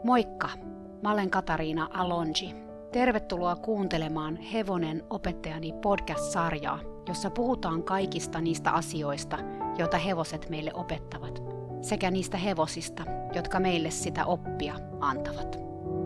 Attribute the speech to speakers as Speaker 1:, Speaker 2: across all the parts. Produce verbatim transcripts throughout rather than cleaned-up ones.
Speaker 1: Moikka! Mä olen Katariina Alonji. Tervetuloa kuuntelemaan Hevonen opettajani podcast-sarjaa, jossa puhutaan kaikista niistä asioista, joita hevoset meille opettavat, sekä niistä hevosista, jotka meille sitä oppia antavat.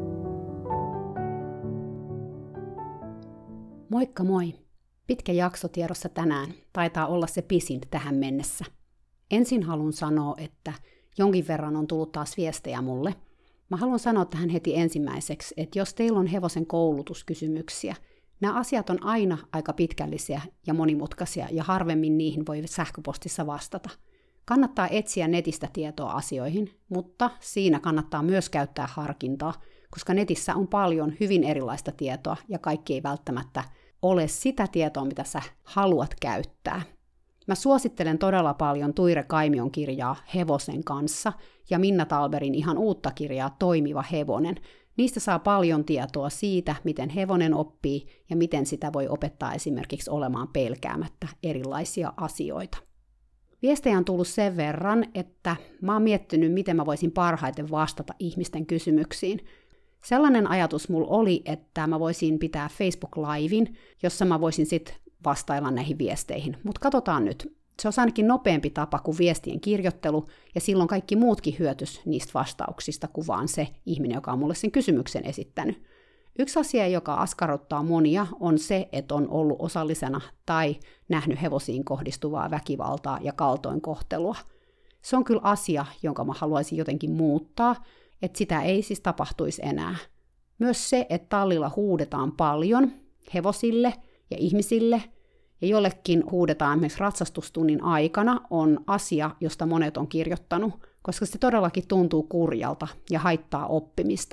Speaker 1: Moikka moi! Pitkä jakso tiedossa tänään, taitaa olla se pisin tähän mennessä. Ensin haluan sanoa, että jonkin verran on tullut taas viestejä mulle. Mä haluan sanoa tähän heti ensimmäiseksi, että jos teillä on hevosen koulutuskysymyksiä, nämä asiat on aina aika pitkällisiä ja monimutkaisia ja harvemmin niihin voi sähköpostissa vastata. Kannattaa etsiä netistä tietoa asioihin, mutta siinä kannattaa myös käyttää harkintaa, koska netissä on paljon hyvin erilaista tietoa ja kaikki ei välttämättä ole sitä tietoa, mitä sä haluat käyttää. Mä suosittelen todella paljon Tuire Kaimion kirjaa Hevosen kanssa ja Minna Talberin ihan uutta kirjaa Toimiva hevonen. Niistä saa paljon tietoa siitä, miten hevonen oppii ja miten sitä voi opettaa esimerkiksi olemaan pelkäämättä erilaisia asioita. Viestejä on tullut sen verran, että mä oon miettinyt, miten mä voisin parhaiten vastata ihmisten kysymyksiin. Sellainen ajatus mulla oli, että mä voisin pitää Facebook-laivin, jossa mä voisin sitten vastailla näihin viesteihin. Mutta katsotaan nyt. Se on ainakin nopeampi tapa kuin viestien kirjoittelu, ja silloin kaikki muutkin hyötys niistä vastauksista kuin vaan se ihminen, joka on mulle sen kysymyksen esittänyt. Yksi asia, joka askarruttaa monia, on se, että on ollut osallisena tai nähnyt hevosiin kohdistuvaa väkivaltaa ja kaltoinkohtelua. Se on kyllä asia, jonka mä haluaisin jotenkin muuttaa, että sitä ei siis tapahtuisi enää. Myös se, että tallilla huudetaan paljon hevosille ja ihmisille, ja jollekin huudetaan esimerkiksi ratsastustunnin aikana, on asia, josta monet on kirjoittanut, koska se todellakin tuntuu kurjalta ja haittaa oppimista.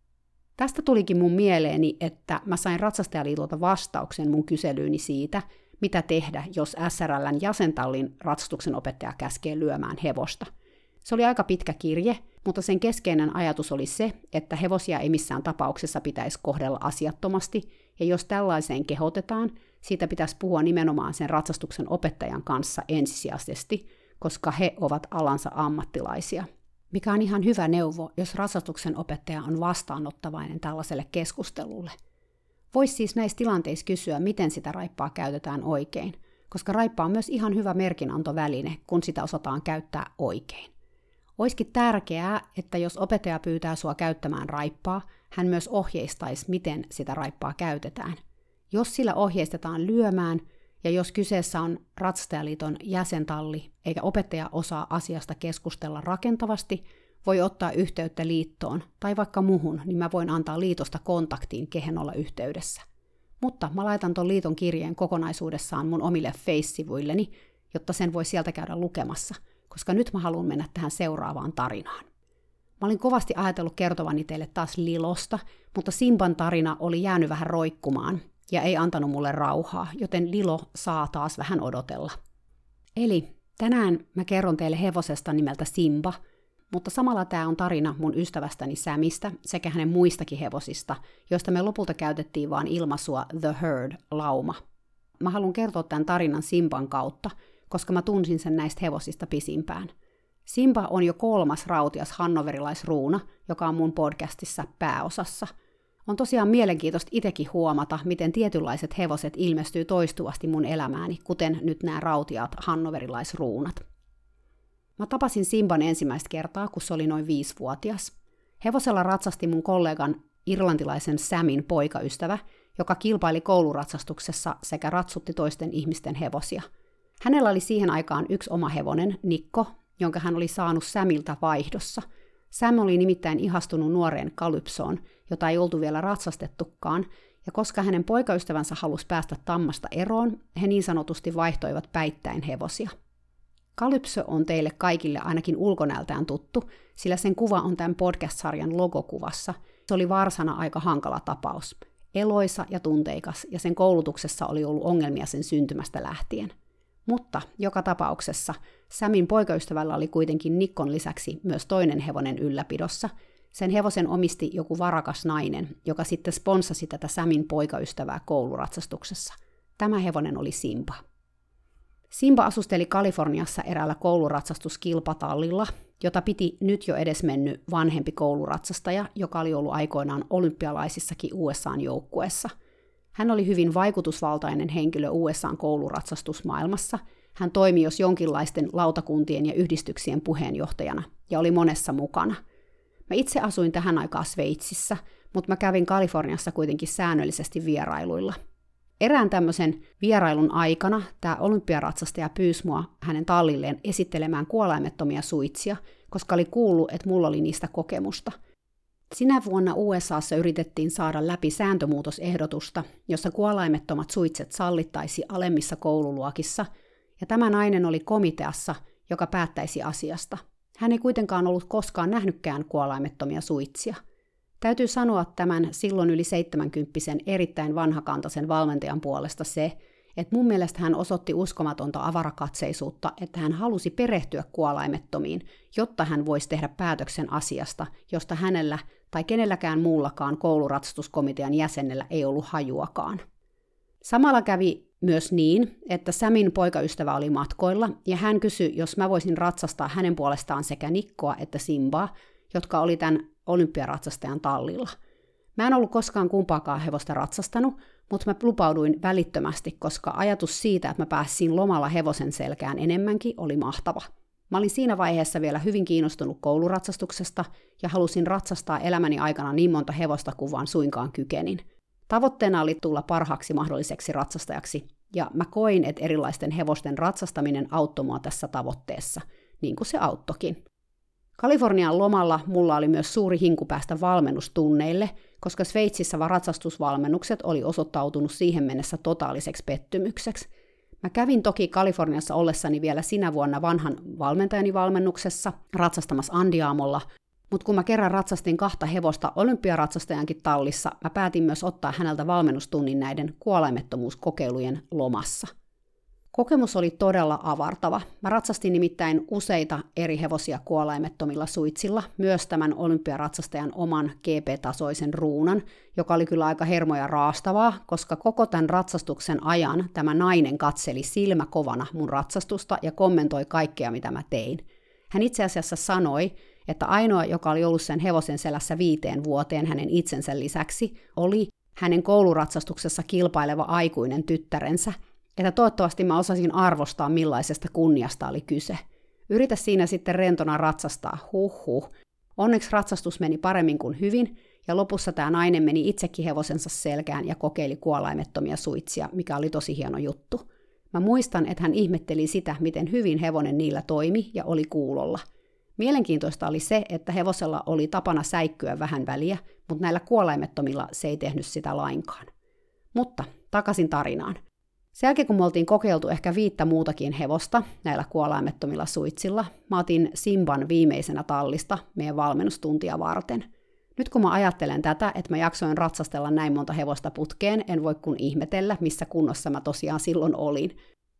Speaker 1: Tästä tulikin mun mieleeni, että mä sain Ratsastajaliitolta vastauksen mun kyselyyni siitä, mitä tehdä, jos S R L:n jäsentallin ratsastuksen opettaja käskee lyömään hevosta. Se oli aika pitkä kirje, mutta sen keskeinen ajatus oli se, että hevosia ei missään tapauksessa pitäisi kohdella asiattomasti, ja jos tällaiseen kehotetaan, siitä pitäisi puhua nimenomaan sen ratsastuksen opettajan kanssa ensisijaisesti, koska he ovat alansa ammattilaisia. Mikä on ihan hyvä neuvo, jos ratsastuksen opettaja on vastaanottavainen tällaiselle keskustelulle. Voisi siis näissä tilanteissa kysyä, miten sitä raippaa käytetään oikein, koska raippa on myös ihan hyvä merkinantoväline, kun sitä osataan käyttää oikein. Olisikin tärkeää, että jos opettaja pyytää sua käyttämään raippaa, hän myös ohjeistaisi, miten sitä raippaa käytetään. Jos sillä ohjeistetaan lyömään, ja jos kyseessä on Ratsastajaliiton jäsentalli, eikä opettaja osaa asiasta keskustella rakentavasti, voi ottaa yhteyttä liittoon, tai vaikka muhun, niin mä voin antaa liitosta kontaktiin, kehen olla yhteydessä. Mutta mä laitan ton liiton kirjeen kokonaisuudessaan mun omille Face-sivuilleni, jotta sen voi sieltä käydä lukemassa, koska nyt mä haluan mennä tähän seuraavaan tarinaan. Mä olin kovasti ajatellut kertovani teille taas Lilosta, mutta Simban tarina oli jäänyt vähän roikkumaan ja ei antanut mulle rauhaa, joten Lilo saa taas vähän odotella. Eli tänään mä kerron teille hevosesta nimeltä Simba, mutta samalla tää on tarina mun ystävästäni Samista sekä hänen muistakin hevosista, joista me lopulta käytettiin vaan ilmaisua The Herd, lauma. Mä haluan kertoa tämän tarinan Simban kautta, koska mä tunsin sen näistä hevosista pisimpään. Simba on jo kolmas rautias hannoverilaisruuna, joka on mun podcastissa pääosassa. On tosiaan mielenkiintoista itsekin huomata, miten tietynlaiset hevoset ilmestyy toistuvasti mun elämääni, kuten nyt nämä rautiaat hannoverilaisruunat. Mä tapasin Simban ensimmäistä kertaa, kun se oli noin viisivuotias. Hevosella ratsasti mun kollegan irlantilaisen Samin poikaystävä, joka kilpaili kouluratsastuksessa sekä ratsutti toisten ihmisten hevosia. Hänellä oli siihen aikaan yksi oma hevonen, Nikko, jonka hän oli saanut Samilta vaihdossa. Sam oli nimittäin ihastunut nuoreen Kalypsoon, jota ei oltu vielä ratsastettukaan, ja koska hänen poikaystävänsä halusi päästä tammasta eroon, he niin sanotusti vaihtoivat päittäin hevosia. Kalypso on teille kaikille ainakin ulkonäöltään tuttu, sillä sen kuva on tämän podcast-sarjan logokuvassa. Se oli varsana aika hankala tapaus. Eloisa ja tunteikas, ja sen koulutuksessa oli ollut ongelmia sen syntymästä lähtien. Mutta joka tapauksessa Samin poikaystävällä oli kuitenkin Nikkon lisäksi myös toinen hevonen ylläpidossa. Sen hevosen omisti joku varakas nainen, joka sitten sponssasi tätä Samin poikaystävää kouluratsastuksessa. Tämä hevonen oli Simba. Simba asusteli Kaliforniassa eräällä kouluratsastuskilpatallilla, jota piti nyt jo edesmennyt vanhempi kouluratsastaja, joka oli ollut aikoinaan olympialaisissakin U S A:n joukkueessa. Hän oli hyvin vaikutusvaltainen henkilö U S A:n kouluratsastusmaailmassa. Hän toimi jos jonkinlaisten lautakuntien ja yhdistyksien puheenjohtajana ja oli monessa mukana. Mä itse asuin tähän aikaan Sveitsissä, mutta mä kävin Kaliforniassa kuitenkin säännöllisesti vierailuilla. Erään tämmöisen vierailun aikana tämä olympiaratsastaja pyysi mua hänen tallilleen esittelemään kuolaimettomia suitsia, koska oli kuullut, että mulla oli niistä kokemusta. Sinä vuonna U S A:ssa yritettiin saada läpi sääntömuutosehdotusta, jossa kuolaimettomat suitset sallittaisi alemmissa koululuokissa, ja tämä nainen oli komiteassa, joka päättäisi asiasta. Hän ei kuitenkaan ollut koskaan nähnytkään kuolaimettomia suitsia. Täytyy sanoa tämän silloin yli seitsemänkymppisen erittäin vanhakantaisen valmentajan puolesta se, että mun mielestä hän osoitti uskomatonta avarakatseisuutta, että hän halusi perehtyä kuolaimettomiin, jotta hän voisi tehdä päätöksen asiasta, josta hänellä tai kenelläkään muullakaan kouluratsatuskomitean jäsenellä ei ollut hajuakaan. Samalla kävi myös niin, että Samin poikaystävä oli matkoilla, ja hän kysyi, jos mä voisin ratsastaa hänen puolestaan sekä Nikkoa että Simbaa, jotka oli tämän olympiaratsastajan tallilla. Mä en ollut koskaan kumpaakaan hevosta ratsastanut, mutta mä lupauduin välittömästi, koska ajatus siitä, että mä pääsin lomalla hevosen selkään enemmänkin, oli mahtava. Mä olin siinä vaiheessa vielä hyvin kiinnostunut kouluratsastuksesta ja halusin ratsastaa elämäni aikana niin monta hevosta kuin vaan suinkaan kykenin. Tavoitteena oli tulla parhaaksi mahdolliseksi ratsastajaksi, ja mä koin, että erilaisten hevosten ratsastaminen auttoi mua tässä tavoitteessa, niin kuin se auttokin. Kalifornian lomalla mulla oli myös suuri hinku päästä valmennustunneille, koska Sveitsissä ratsastusvalmennukset oli osoittautunut siihen mennessä totaaliseksi pettymykseksi. Mä kävin toki Kaliforniassa ollessani vielä sinä vuonna vanhan valmentajani valmennuksessa ratsastamassa Andiamolla, mutta kun mä kerran ratsastin kahta hevosta olympiaratsastajankin tallissa, mä päätin myös ottaa häneltä valmennustunnin näiden kuolaimettomuuskokeilujen lomassa. Kokemus oli todella avartava. Mä ratsastin nimittäin useita eri hevosia kuolaimettomilla suitsilla, myös tämän olympiaratsastajan oman G P-tasoisen ruunan, joka oli kyllä aika hermoja raastavaa, koska koko tämän ratsastuksen ajan tämä nainen katseli silmä kovana mun ratsastusta ja kommentoi kaikkea, mitä mä tein. Hän itse asiassa sanoi, että ainoa, joka oli ollut sen hevosen selässä viiteen vuoteen hänen itsensä lisäksi, oli hänen kouluratsastuksessa kilpaileva aikuinen tyttärensä, että toivottavasti mä osasin arvostaa, millaisesta kunniasta oli kyse. Yritä siinä sitten rentona ratsastaa, huhhuh. Onneksi ratsastus meni paremmin kuin hyvin, ja lopussa tämä nainen meni itsekin hevosensa selkään ja kokeili kuolaimettomia suitsia, mikä oli tosi hieno juttu. Mä muistan, että hän ihmetteli sitä, miten hyvin hevonen niillä toimi ja oli kuulolla. Mielenkiintoista oli se, että hevosella oli tapana säikkyä vähän väliä, mutta näillä kuolaimettomilla se ei tehnyt sitä lainkaan. Mutta takaisin tarinaan. Sen jälkeen, kun me oltiin kokeiltu ehkä viittä muutakin hevosta näillä kuolaimettomilla suitsilla, mä otin Simban viimeisenä tallista meidän valmennustuntia varten. Nyt kun mä ajattelen tätä, että mä jaksoin ratsastella näin monta hevosta putkeen, en voi kun ihmetellä, missä kunnossa mä tosiaan silloin olin.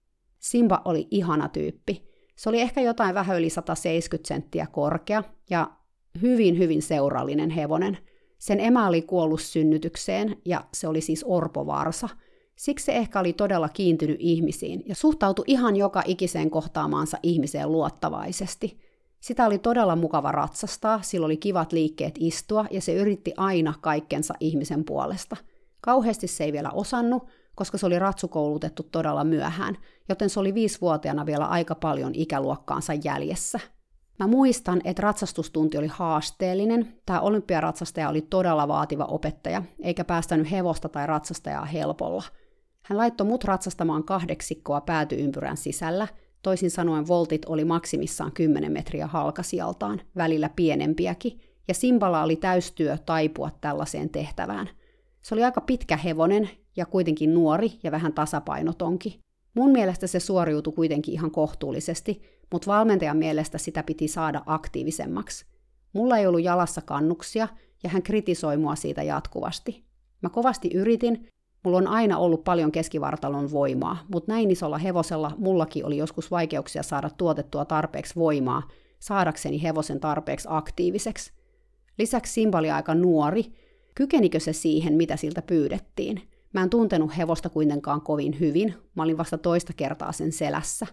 Speaker 1: Simba oli ihana tyyppi. Se oli ehkä jotain vähän yli sata seitsemänkymmentä senttiä korkea ja hyvin, hyvin seurallinen hevonen. Sen emä oli kuollut synnytykseen ja se oli siis orpovarsa. Siksi se ehkä oli todella kiintynyt ihmisiin ja suhtautui ihan joka ikiseen kohtaamaansa ihmiseen luottavaisesti. Sitä oli todella mukava ratsastaa, sillä oli kivat liikkeet istua ja se yritti aina kaikkensa ihmisen puolesta. Kauheasti se ei vielä osannut, koska se oli ratsukoulutettu todella myöhään, joten se oli viisivuotiaana vielä aika paljon ikäluokkaansa jäljessä. Mä muistan, että ratsastustunti oli haasteellinen. Tämä olympiaratsastaja oli todella vaativa opettaja, eikä päästänyt hevosta tai ratsastajaa helpolla. Hän laittoi mut ratsastamaan kahdeksikkoa päätyympyrän sisällä, toisin sanoen voltit oli maksimissaan kymmenen metriä halkasijaltaan, välillä pienempiäkin, ja Simballa oli täystyö taipua tällaiseen tehtävään. Se oli aika pitkä hevonen ja kuitenkin nuori ja vähän tasapainotonkin. Mun mielestä se suoriutui kuitenkin ihan kohtuullisesti, mutta valmentajan mielestä sitä piti saada aktiivisemmaksi. Mulla ei ollut jalassa kannuksia ja hän kritisoi mua siitä jatkuvasti. Mä kovasti yritin, mulla on aina ollut paljon keskivartalon voimaa, mutta näin isolla hevosella mullakin oli joskus vaikeuksia saada tuotettua tarpeeksi voimaa, saadakseni hevosen tarpeeksi aktiiviseksi. Lisäksi Simba oli aika nuori. Kykenikö se siihen, mitä siltä pyydettiin? Mä en tuntenut hevosta kuitenkaan kovin hyvin, mä olin vasta toista kertaa sen selässä.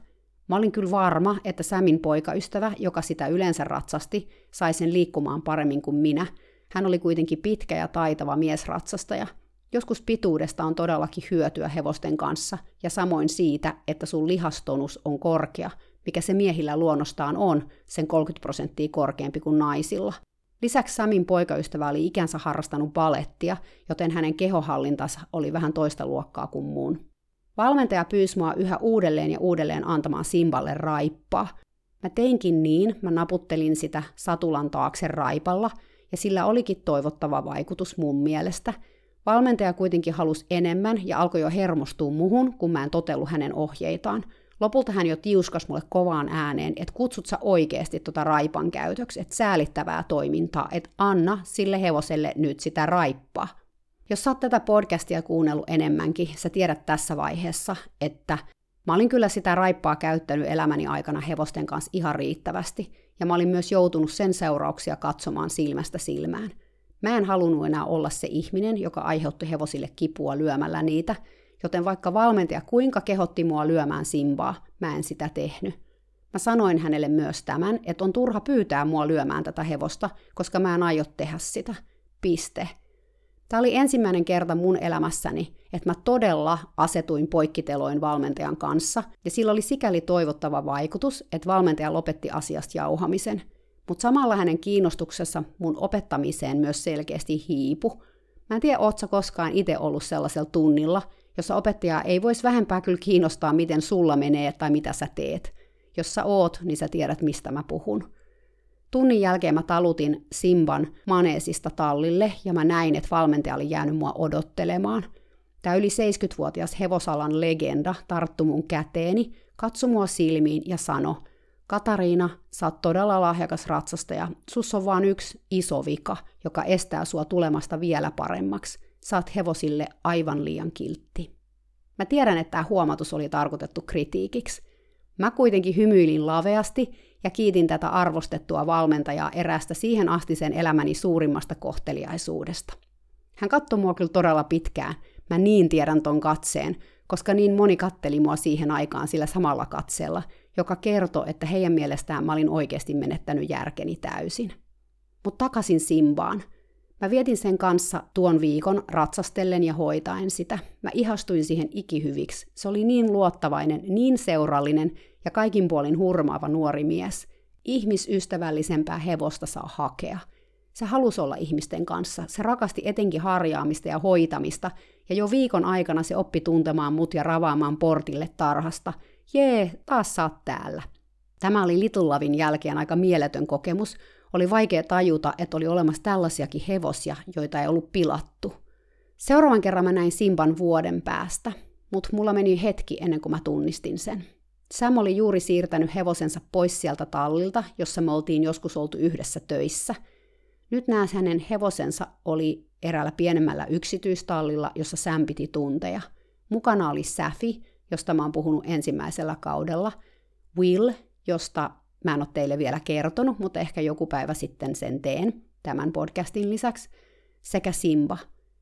Speaker 1: Mä olin kyllä varma, että Samin poikaystävä, joka sitä yleensä ratsasti, sai sen liikkumaan paremmin kuin minä. Hän oli kuitenkin pitkä ja taitava miesratsastaja. Joskus pituudesta on todellakin hyötyä hevosten kanssa, ja samoin siitä, että sun lihastonus on korkea, mikä se miehillä luonnostaan on, sen kolmekymmentä prosenttia korkeampi kuin naisilla. Lisäksi Samin poikaystävä oli ikänsä harrastanut balettia, joten hänen kehohallintansa oli vähän toista luokkaa kuin mun. Valmentaja pyysi mua yhä uudelleen ja uudelleen antamaan Simballe raippaa. Mä teinkin niin, mä naputtelin sitä satulan taakse raipalla, ja sillä olikin toivottava vaikutus mun mielestä. Valmentaja kuitenkin halusi enemmän ja alkoi jo hermostua muhun, kun mä en totellut hänen ohjeitaan. Lopulta hän jo tiuskas mulle kovaan ääneen, että kutsut sä oikeasti tota raipan käytöksi, että säälittävää toimintaa, että anna sille hevoselle nyt sitä raippaa. Jos sä oot tätä podcastia kuunnellut enemmänkin, sä tiedät tässä vaiheessa, että mä olin kyllä sitä raippaa käyttänyt elämäni aikana hevosten kanssa ihan riittävästi, ja mä olin myös joutunut sen seurauksia katsomaan silmästä silmään. Mä en halunnut enää olla se ihminen, joka aiheutti hevosille kipua lyömällä niitä, joten vaikka valmentaja kuinka kehotti mua lyömään Simbaa, mä en sitä tehnyt. Mä sanoin hänelle myös tämän, että on turha pyytää mua lyömään tätä hevosta, koska mä en aio tehdä sitä. Piste. Tämä oli ensimmäinen kerta mun elämässäni, että mä todella asetuin poikkiteloin valmentajan kanssa, ja sillä oli sikäli toivottava vaikutus, että valmentaja lopetti asiasta jauhamisen. Mutta samalla hänen kiinnostuksessa mun opettamiseen myös selkeästi hiipu. Mä en tiedä, oot sä koskaan itse ollut sellaisella tunnilla, jossa opettajaa ei voisi vähempää kyllä kiinnostaa, miten sulla menee tai mitä sä teet. Jos sä oot, niin sä tiedät, mistä mä puhun. Tunnin jälkeen mä talutin Simban maneesista tallille, ja mä näin, että valmentaja oli jäänyt mua odottelemaan. Tää yli seitsemänkymmentävuotias hevosalan legenda tarttui mun käteeni, katsoi mua silmiin ja sanoi, Katariina, sä oot todella lahjakas ratsastaja. Sus on vaan yksi iso vika, joka estää sua tulemasta vielä paremmaksi. Sä oot hevosille aivan liian kiltti. Mä tiedän, että tämä huomautus oli tarkoitettu kritiikiksi. Mä kuitenkin hymyilin laveasti ja kiitin tätä arvostettua valmentajaa eräästä siihen asti sen elämäni suurimmasta kohteliaisuudesta. Hän katsoi mua kyllä todella pitkään. Mä niin tiedän ton katseen, koska niin moni katteli mua siihen aikaan sillä samalla katseella, joka kertoi, että heidän mielestään mä olin oikeasti menettänyt järkeni täysin. Mutta takaisin Simbaan. Mä vietin sen kanssa tuon viikon ratsastellen ja hoitaen sitä. Mä ihastuin siihen ikihyviksi. Se oli niin luottavainen, niin seurallinen ja kaikin puolin hurmaava nuori mies. Ihmisystävällisempää hevosta saa hakea. Se halusi olla ihmisten kanssa. Se rakasti etenkin harjaamista ja hoitamista, ja jo viikon aikana se oppi tuntemaan mut ja ravaamaan portille tarhasta. Jee, taas sä oot täällä. Tämä oli Little Lovin jälkeen aika mieletön kokemus. Oli vaikea tajuta, että oli olemassa tällaisiakin hevosia, joita ei ollut pilattu. Seuraavan kerran mä näin Simban vuoden päästä, mutta mulla meni hetki ennen kuin mä tunnistin sen. Sam oli juuri siirtänyt hevosensa pois sieltä tallilta, jossa me oltiin joskus oltu yhdessä töissä. Nyt näes hänen hevosensa oli eräällä pienemmällä yksityistallilla, jossa Sam piti tunteja. Mukana oli Safi, josta mä oon puhunut ensimmäisellä kaudella, Will, josta mä en ole teille vielä kertonut, mutta ehkä joku päivä sitten sen teen tämän podcastin lisäksi, sekä Simba.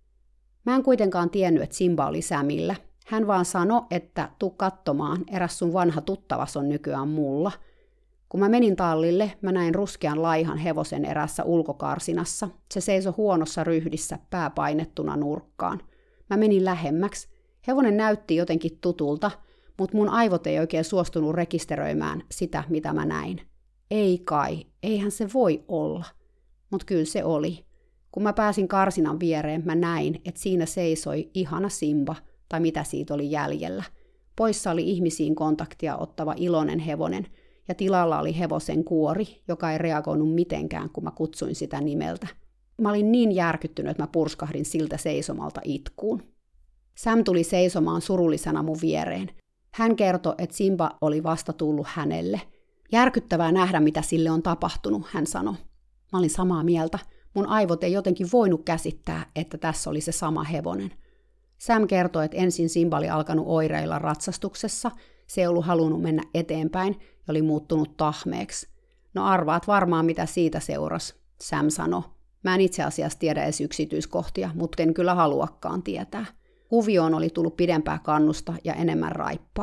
Speaker 1: Mä en kuitenkaan tiennyt, että Simba oli Samillä. Hän vaan sanoi, että tuu katsomaan, eräs sun vanha tuttavas on nykyään mulla. Kun mä menin tallille, mä näin ruskean laihan hevosen erässä ulkokarsinassa. Se seisoi huonossa ryhdissä, pää painettuna nurkkaan. Mä menin lähemmäksi. Hevonen näytti jotenkin tutulta, mutta mun aivot ei oikein suostunut rekisteröimään sitä, mitä mä näin. Ei kai, eihän se voi olla. Mut kyllä se oli. Kun mä pääsin karsinan viereen, mä näin, että siinä seisoi ihana Simba, tai mitä siitä oli jäljellä. Poissa oli ihmisiin kontaktia ottava iloinen hevonen, ja tilalla oli hevosen kuori, joka ei reagoinut mitenkään, kun mä kutsuin sitä nimeltä. Mä olin niin järkyttynyt, että mä purskahdin siltä seisomalta itkuun. Sam tuli seisomaan surullisena mun viereen. Hän kertoi, että Simba oli vasta tullut hänelle. Järkyttävää nähdä, mitä sille on tapahtunut, hän sanoi. Mä olin samaa mieltä. Mun aivot ei jotenkin voinut käsittää, että tässä oli se sama hevonen. Sam kertoi, että ensin Simba oli alkanut oireilla ratsastuksessa, se ei ollut halunnut mennä eteenpäin ja oli muuttunut tahmeeksi. No arvaat varmaan, mitä siitä seurasi, Sam sanoi. Mä en itse asiassa tiedä edes yksityiskohtia, mutta en kyllä haluakaan tietää. Kuvioon oli tullut pidempää kannusta ja enemmän raippaa.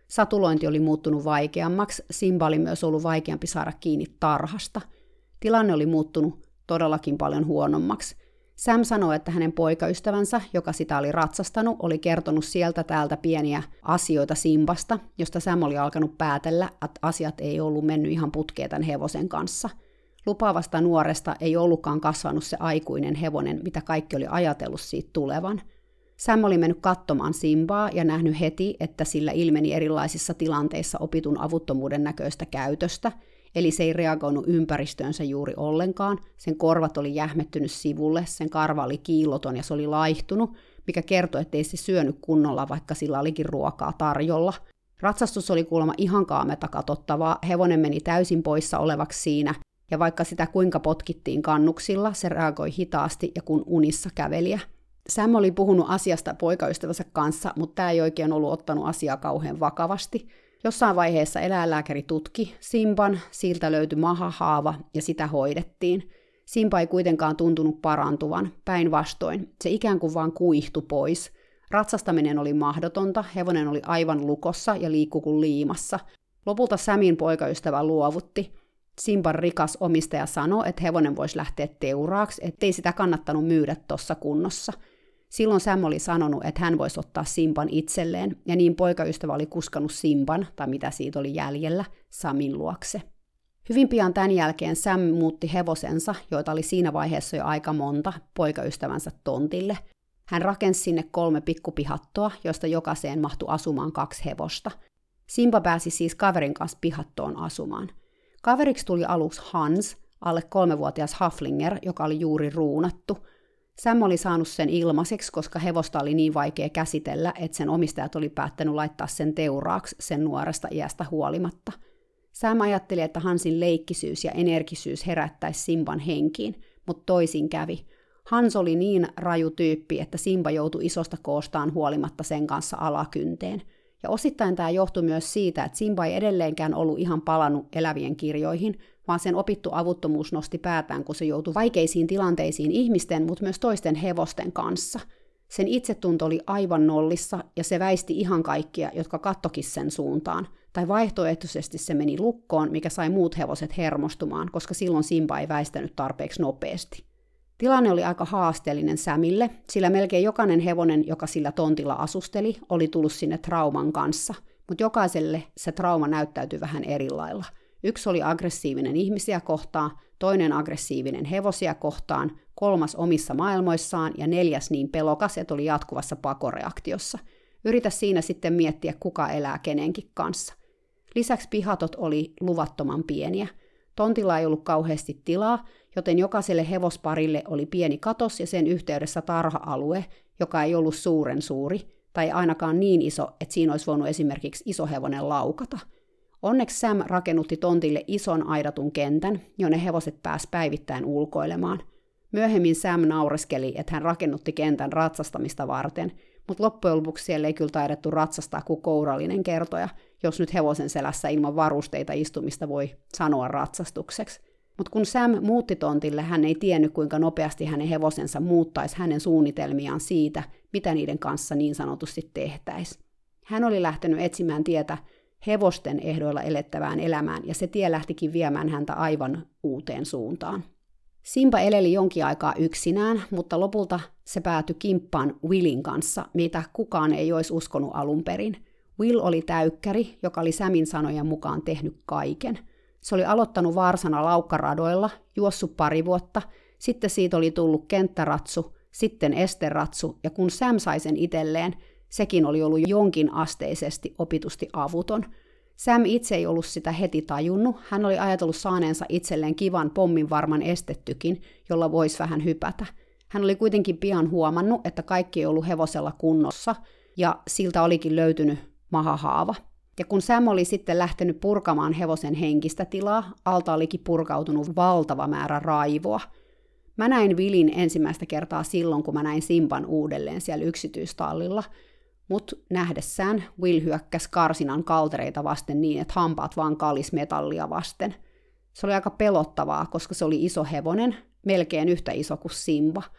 Speaker 1: Satulointi oli muuttunut vaikeammaksi, Simba oli myös ollut vaikeampi saada kiinni tarhasta. Tilanne oli muuttunut todellakin paljon huonommaksi. Sam sanoi, että hänen poikaystävänsä, joka sitä oli ratsastanut, oli kertonut sieltä täältä pieniä asioita Simbasta, josta Sam oli alkanut päätellä, että asiat ei ollut mennyt ihan putkeen tämän hevosen kanssa. Lupaavasta nuoresta ei ollutkaan kasvanut se aikuinen hevonen, mitä kaikki oli ajatellut siitä tulevan. Sam oli mennyt katsomaan Simbaa ja nähnyt heti, että sillä ilmeni erilaisissa tilanteissa opitun avuttomuuden näköistä käytöstä, eli se ei reagoinut ympäristöönsä juuri ollenkaan, sen korvat oli jähmettynyt sivulle, sen karva oli kiilloton ja se oli laihtunut, mikä kertoi, ettei se syönyt kunnolla, vaikka sillä olikin ruokaa tarjolla. Ratsastus oli kuulemma ihan kaameta katsottavaa, hevonen meni täysin poissa olevaksi siinä, ja vaikka sitä kuinka potkittiin kannuksilla, se reagoi hitaasti ja kun unissa kävelijä. Sam oli puhunut asiasta poikaystävänsä kanssa, mutta tämä ei oikein ollut ottanut asiaa kauhean vakavasti. Jossain vaiheessa eläinlääkäri tutki Simban, siltä löytyi mahahaava ja sitä hoidettiin. Simba ei kuitenkaan tuntunut parantuvan, päinvastoin. Se ikään kuin vaan kuihtui pois. Ratsastaminen oli mahdotonta, hevonen oli aivan lukossa ja liikkui kuin liimassa. Lopulta Samin poikaystävä luovutti. Simban rikas omistaja sanoi, että hevonen voisi lähteä teuraaksi, ettei sitä kannattanut myydä tuossa kunnossa. Silloin Sam oli sanonut, että hän voisi ottaa Simban itselleen, ja niin poikaystävä oli kuskannut Simban, tai mitä siitä oli jäljellä, Samin luokse. Hyvin pian tämän jälkeen Sam muutti hevosensa, joita oli siinä vaiheessa jo aika monta, poikaystävänsä tontille. Hän rakensi sinne kolme pikkupihattoa, joista jokaiseen mahtui asumaan kaksi hevosta. Simba pääsi siis kaverin kanssa pihattoon asumaan. Kaveriksi tuli aluksi Hans, alle kolmevuotias Haflinger, joka oli juuri ruunattu. Sam oli saanut sen ilmaiseksi, koska hevosta oli niin vaikea käsitellä, että sen omistajat oli päättänyt laittaa sen teuraaksi sen nuoresta iästä huolimatta. Sam ajatteli, että Hansin leikkisyys ja energisyys herättäisi Simban henkiin, mutta toisin kävi. Hans oli niin raju tyyppi, että Simba joutui isosta koostaan huolimatta sen kanssa alakynteen. Ja osittain tämä johtui myös siitä, että Simba ei edelleenkään ollut ihan palannut elävien kirjoihin, vaan sen opittu avuttomuus nosti päätään, kun se joutui vaikeisiin tilanteisiin ihmisten, mutta myös toisten hevosten kanssa. Sen itsetunto oli aivan nollissa, ja se väisti ihan kaikkia, jotka kattokin sen suuntaan. Tai vaihtoehtoisesti se meni lukkoon, mikä sai muut hevoset hermostumaan, koska silloin Simba ei väistänyt tarpeeksi nopeasti. Tilanne oli aika haasteellinen Samille, sillä melkein jokainen hevonen, joka sillä tontilla asusteli, oli tullut sinne trauman kanssa, mutta jokaiselle se trauma näyttäytyi vähän eri lailla. Yksi oli aggressiivinen ihmisiä kohtaan, toinen aggressiivinen hevosia kohtaan, kolmas omissa maailmoissaan ja neljäs niin pelokas, että oli jatkuvassa pakoreaktiossa. Yritä siinä sitten miettiä, kuka elää kenenkin kanssa. Lisäksi pihatot oli luvattoman pieniä. Tontilla ei ollut kauheasti tilaa, joten jokaiselle hevosparille oli pieni katos ja sen yhteydessä tarha-alue, joka ei ollut suuren suuri, tai ainakaan niin iso, että siinä olisi voinut esimerkiksi iso hevonen laukata. Onneksi Sam rakennutti tontille ison aidatun kentän, jonne hevoset pääsi päivittäin ulkoilemaan. Myöhemmin Sam naureskeli, että hän rakennutti kentän ratsastamista varten, mutta loppujen lopuksi siellä ei kyllä taidettu ratsastaa kuin kourallinen kertoja, jos nyt hevosen selässä ilman varusteita istumista voi sanoa ratsastukseksi. Mutta kun Sam muutti tontille, hän ei tiennyt, kuinka nopeasti hänen hevosensa muuttaisi hänen suunnitelmiaan siitä, mitä niiden kanssa niin sanotusti tehtäisiin. Hän oli lähtenyt etsimään tietä hevosten ehdoilla elettävään elämään, ja se tie lähtikin viemään häntä aivan uuteen suuntaan. Simba eleli jonkin aikaa yksinään, mutta lopulta se päätyi kimppaan Willin kanssa, mitä kukaan ei olisi uskonut alun perin. Will oli täykkäri, joka oli Samin sanojen mukaan tehnyt kaiken. Se oli aloittanut varsana laukkaradoilla, juossut pari vuotta, sitten siitä oli tullut kenttäratsu, sitten esteratsu, ja kun Sam sai sen itselleen, sekin oli ollut jonkin asteisesti opitusti avuton. Sam itse ei ollut sitä heti tajunnut, hän oli ajatellut saaneensa itselleen kivan pommin varman estettykin, jolla voisi vähän hypätä. Hän oli kuitenkin pian huomannut, että kaikki ei ollut hevosella kunnossa, ja siltä olikin löytynyt mahahaava. Ja kun Sam oli sitten lähtenyt purkamaan hevosen henkistä tilaa, alta olikin purkautunut valtava määrä raivoa. Mä näin Willin ensimmäistä kertaa silloin, kun mä näin Simban uudelleen siellä yksityistallilla, mutta nähdessään Will hyökkäsi karsinan kaltereita vasten niin, että hampaat vaan kalis metallia vasten. Se oli aika pelottavaa, koska se oli iso hevonen, melkein yhtä iso kuin Simba.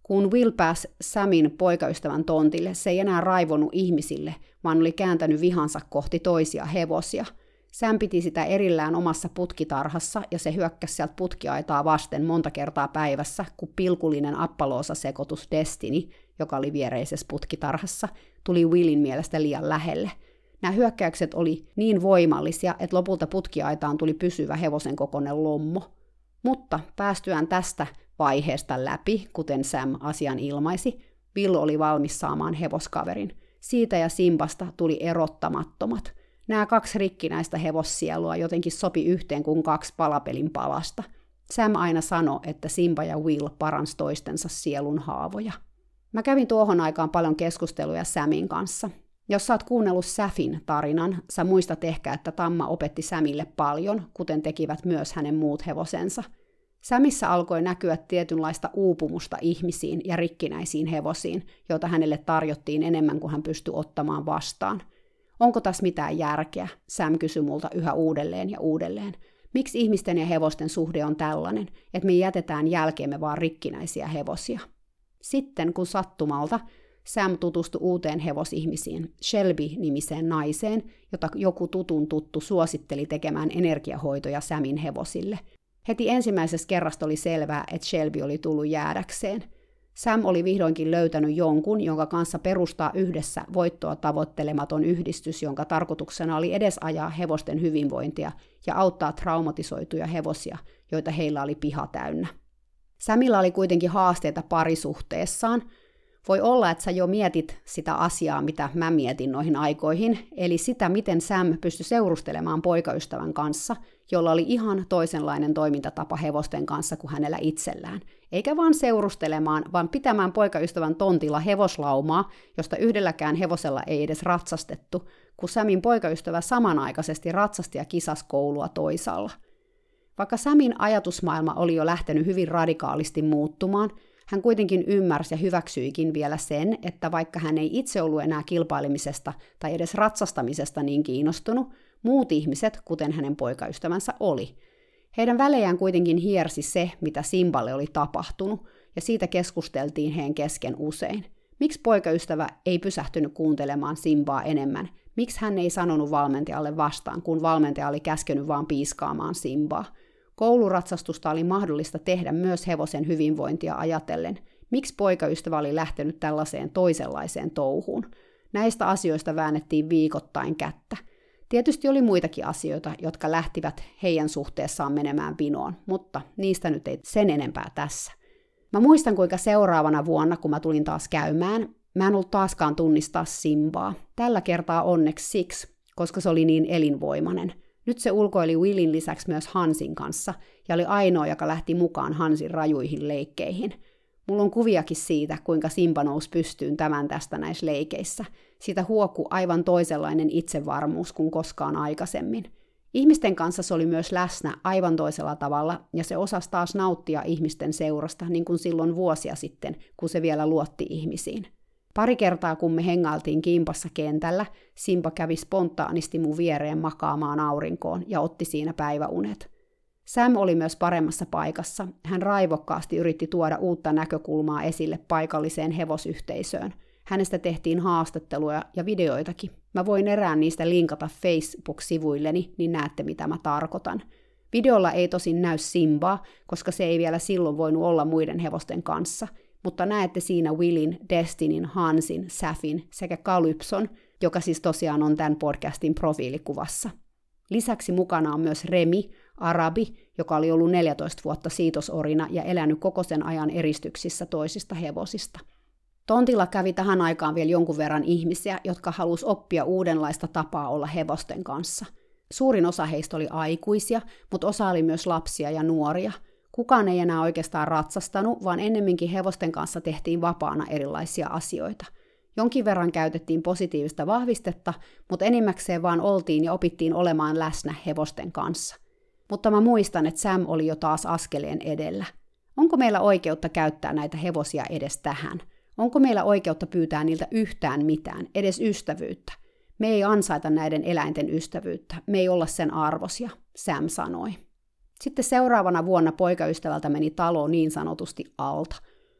Speaker 1: Kun Will pääsi Samin poikaystävän tontille, se ei enää raivonut ihmisille, vaan oli kääntänyt vihansa kohti toisia hevosia. Sam piti sitä erillään omassa putkitarhassa ja se hyökkäsi sieltä putkiaitaa vasten monta kertaa päivässä, kun pilkullinen appaloosa-sekoitus Destiny, joka oli viereisessä putkitarhassa, tuli Willin mielestä liian lähelle. Nämä hyökkäykset oli niin voimallisia, että lopulta putkiaitaan tuli pysyvä hevosen kokoinen lommo. Mutta päästyään tästä vaiheesta läpi, kuten Sam asian ilmaisi, Will oli valmis saamaan hevoskaverin. Siitä ja Simbasta tuli erottamattomat. Nämä kaksi rikkinäistä hevossielua jotenkin sopi yhteen kuin kaksi palapelin palasta. Sam aina sanoi, että Simba ja Will paransi toistensa sielun haavoja. Mä kävin tuohon aikaan paljon keskusteluja Samin kanssa. Jos sä oot kuunnellut Safin tarinan, sä muistat ehkä, että Tamma opetti Samille paljon, kuten tekivät myös hänen muut hevosensa. Samissa alkoi näkyä tietynlaista uupumusta ihmisiin ja rikkinäisiin hevosiin, joita hänelle tarjottiin enemmän kuin hän pystyi ottamaan vastaan. Onko tässä mitään järkeä? Sam kysyi multa yhä uudelleen ja uudelleen. Miksi ihmisten ja hevosten suhde on tällainen, että me jätetään jälkeemme vaan rikkinäisiä hevosia? Sitten kun sattumalta Sam tutustui uuteen hevosihmisiin, Shelby-nimiseen naiseen, jota joku tutun tuttu suositteli tekemään energiahoitoja Samin hevosille. Heti ensimmäisestä kerrasta oli selvää, että Shelby oli tullut jäädäkseen. Sam oli vihdoinkin löytänyt jonkun, jonka kanssa perustaa yhdessä voittoa tavoittelematon yhdistys, jonka tarkoituksena oli edesajaa hevosten hyvinvointia ja auttaa traumatisoituja hevosia, joita heillä oli piha täynnä. Samilla oli kuitenkin haasteita parisuhteessaan. Voi olla, että sä jo mietit sitä asiaa, mitä mä mietin noihin aikoihin, eli sitä, miten Sam pystyi seurustelemaan poikaystävän kanssa, jolla oli ihan toisenlainen toimintatapa hevosten kanssa kuin hänellä itsellään. Eikä vaan seurustelemaan, vaan pitämään poikaystävän tontilla hevoslaumaa, josta yhdelläkään hevosella ei edes ratsastettu, kun Samin poikaystävä samanaikaisesti ratsasti ja kisasi koulua toisaalla. Vaikka Samin ajatusmaailma oli jo lähtenyt hyvin radikaalisti muuttumaan, hän kuitenkin ymmärsi ja hyväksyikin vielä sen, että vaikka hän ei itse ollut enää kilpailemisesta tai edes ratsastamisesta niin kiinnostunut, muut ihmiset, kuten hänen poikaystävänsä, oli. Heidän välejään kuitenkin hiersi se, mitä Simballe oli tapahtunut, ja siitä keskusteltiin heidän kesken usein. Miksi poikaystävä ei pysähtynyt kuuntelemaan Simbaa enemmän? Miksi hän ei sanonut valmentajalle vastaan, kun valmentaja oli käskenyt vaan piiskaamaan Simbaa? Kouluratsastusta oli mahdollista tehdä myös hevosen hyvinvointia ajatellen. Miksi poikaystävä oli lähtenyt tällaiseen toisenlaiseen touhuun? Näistä asioista väännettiin viikoittain kättä. Tietysti oli muitakin asioita, jotka lähtivät heidän suhteessaan menemään vinoon, mutta niistä nyt ei sen enempää tässä. Mä muistan, kuinka seuraavana vuonna, kun mä tulin taas käymään, mä en ollut taaskaan tunnistaa Simbaa. Tällä kertaa onneksi siksi, koska se oli niin elinvoimainen. Nyt se ulkoili Willin lisäksi myös Hansin kanssa, ja oli ainoa, joka lähti mukaan Hansin rajuihin leikkeihin. Mulla on kuviakin siitä, kuinka Simba nousi pystyyn tämän tästä näissä leikeissä. Siitä huokui aivan toisenlainen itsevarmuus kuin koskaan aikaisemmin. Ihmisten kanssa se oli myös läsnä aivan toisella tavalla, ja se osasi taas nauttia ihmisten seurasta, niin kuin silloin vuosia sitten, kun se vielä luotti ihmisiin. Pari kertaa, kun me hengailtiin kimpassa kentällä, Simba kävi spontaanisti mun viereen makaamaan aurinkoon ja otti siinä päiväunet. Sam oli myös paremmassa paikassa. Hän raivokkaasti yritti tuoda uutta näkökulmaa esille paikalliseen hevosyhteisöön. Hänestä tehtiin haastatteluja ja videoitakin. Mä voin erään niistä linkata Facebook-sivuilleni, niin näette mitä mä tarkoitan. Videolla ei tosin näy Simbaa, koska se ei vielä silloin voinut olla muiden hevosten kanssa, mutta näette siinä Willin, Destinyn, Hansin, Safin sekä Calypson, joka siis tosiaan on tämän podcastin profiilikuvassa. Lisäksi mukana on myös Remi, arabi, joka oli ollut neljätoista vuotta siitosorina ja elänyt koko sen ajan eristyksissä toisista hevosista. Tontilla kävi tähän aikaan vielä jonkun verran ihmisiä, jotka halusi oppia uudenlaista tapaa olla hevosten kanssa. Suurin osa heistä oli aikuisia, mutta osa oli myös lapsia ja nuoria. Kukaan ei enää oikeastaan ratsastanut, vaan ennemminkin hevosten kanssa tehtiin vapaana erilaisia asioita. Jonkin verran käytettiin positiivista vahvistetta, mutta enimmäkseen vaan oltiin ja opittiin olemaan läsnä hevosten kanssa. Mutta mä muistan, että Sam oli jo taas askeleen edellä. Onko meillä oikeutta käyttää näitä hevosia edes tähän? Onko meillä oikeutta pyytää niiltä yhtään mitään, edes ystävyyttä? Me ei ansaita näiden eläinten ystävyyttä, me ei olla sen arvosia, Sam sanoi. Sitten seuraavana vuonna poikaystävältä meni talo niin sanotusti alta.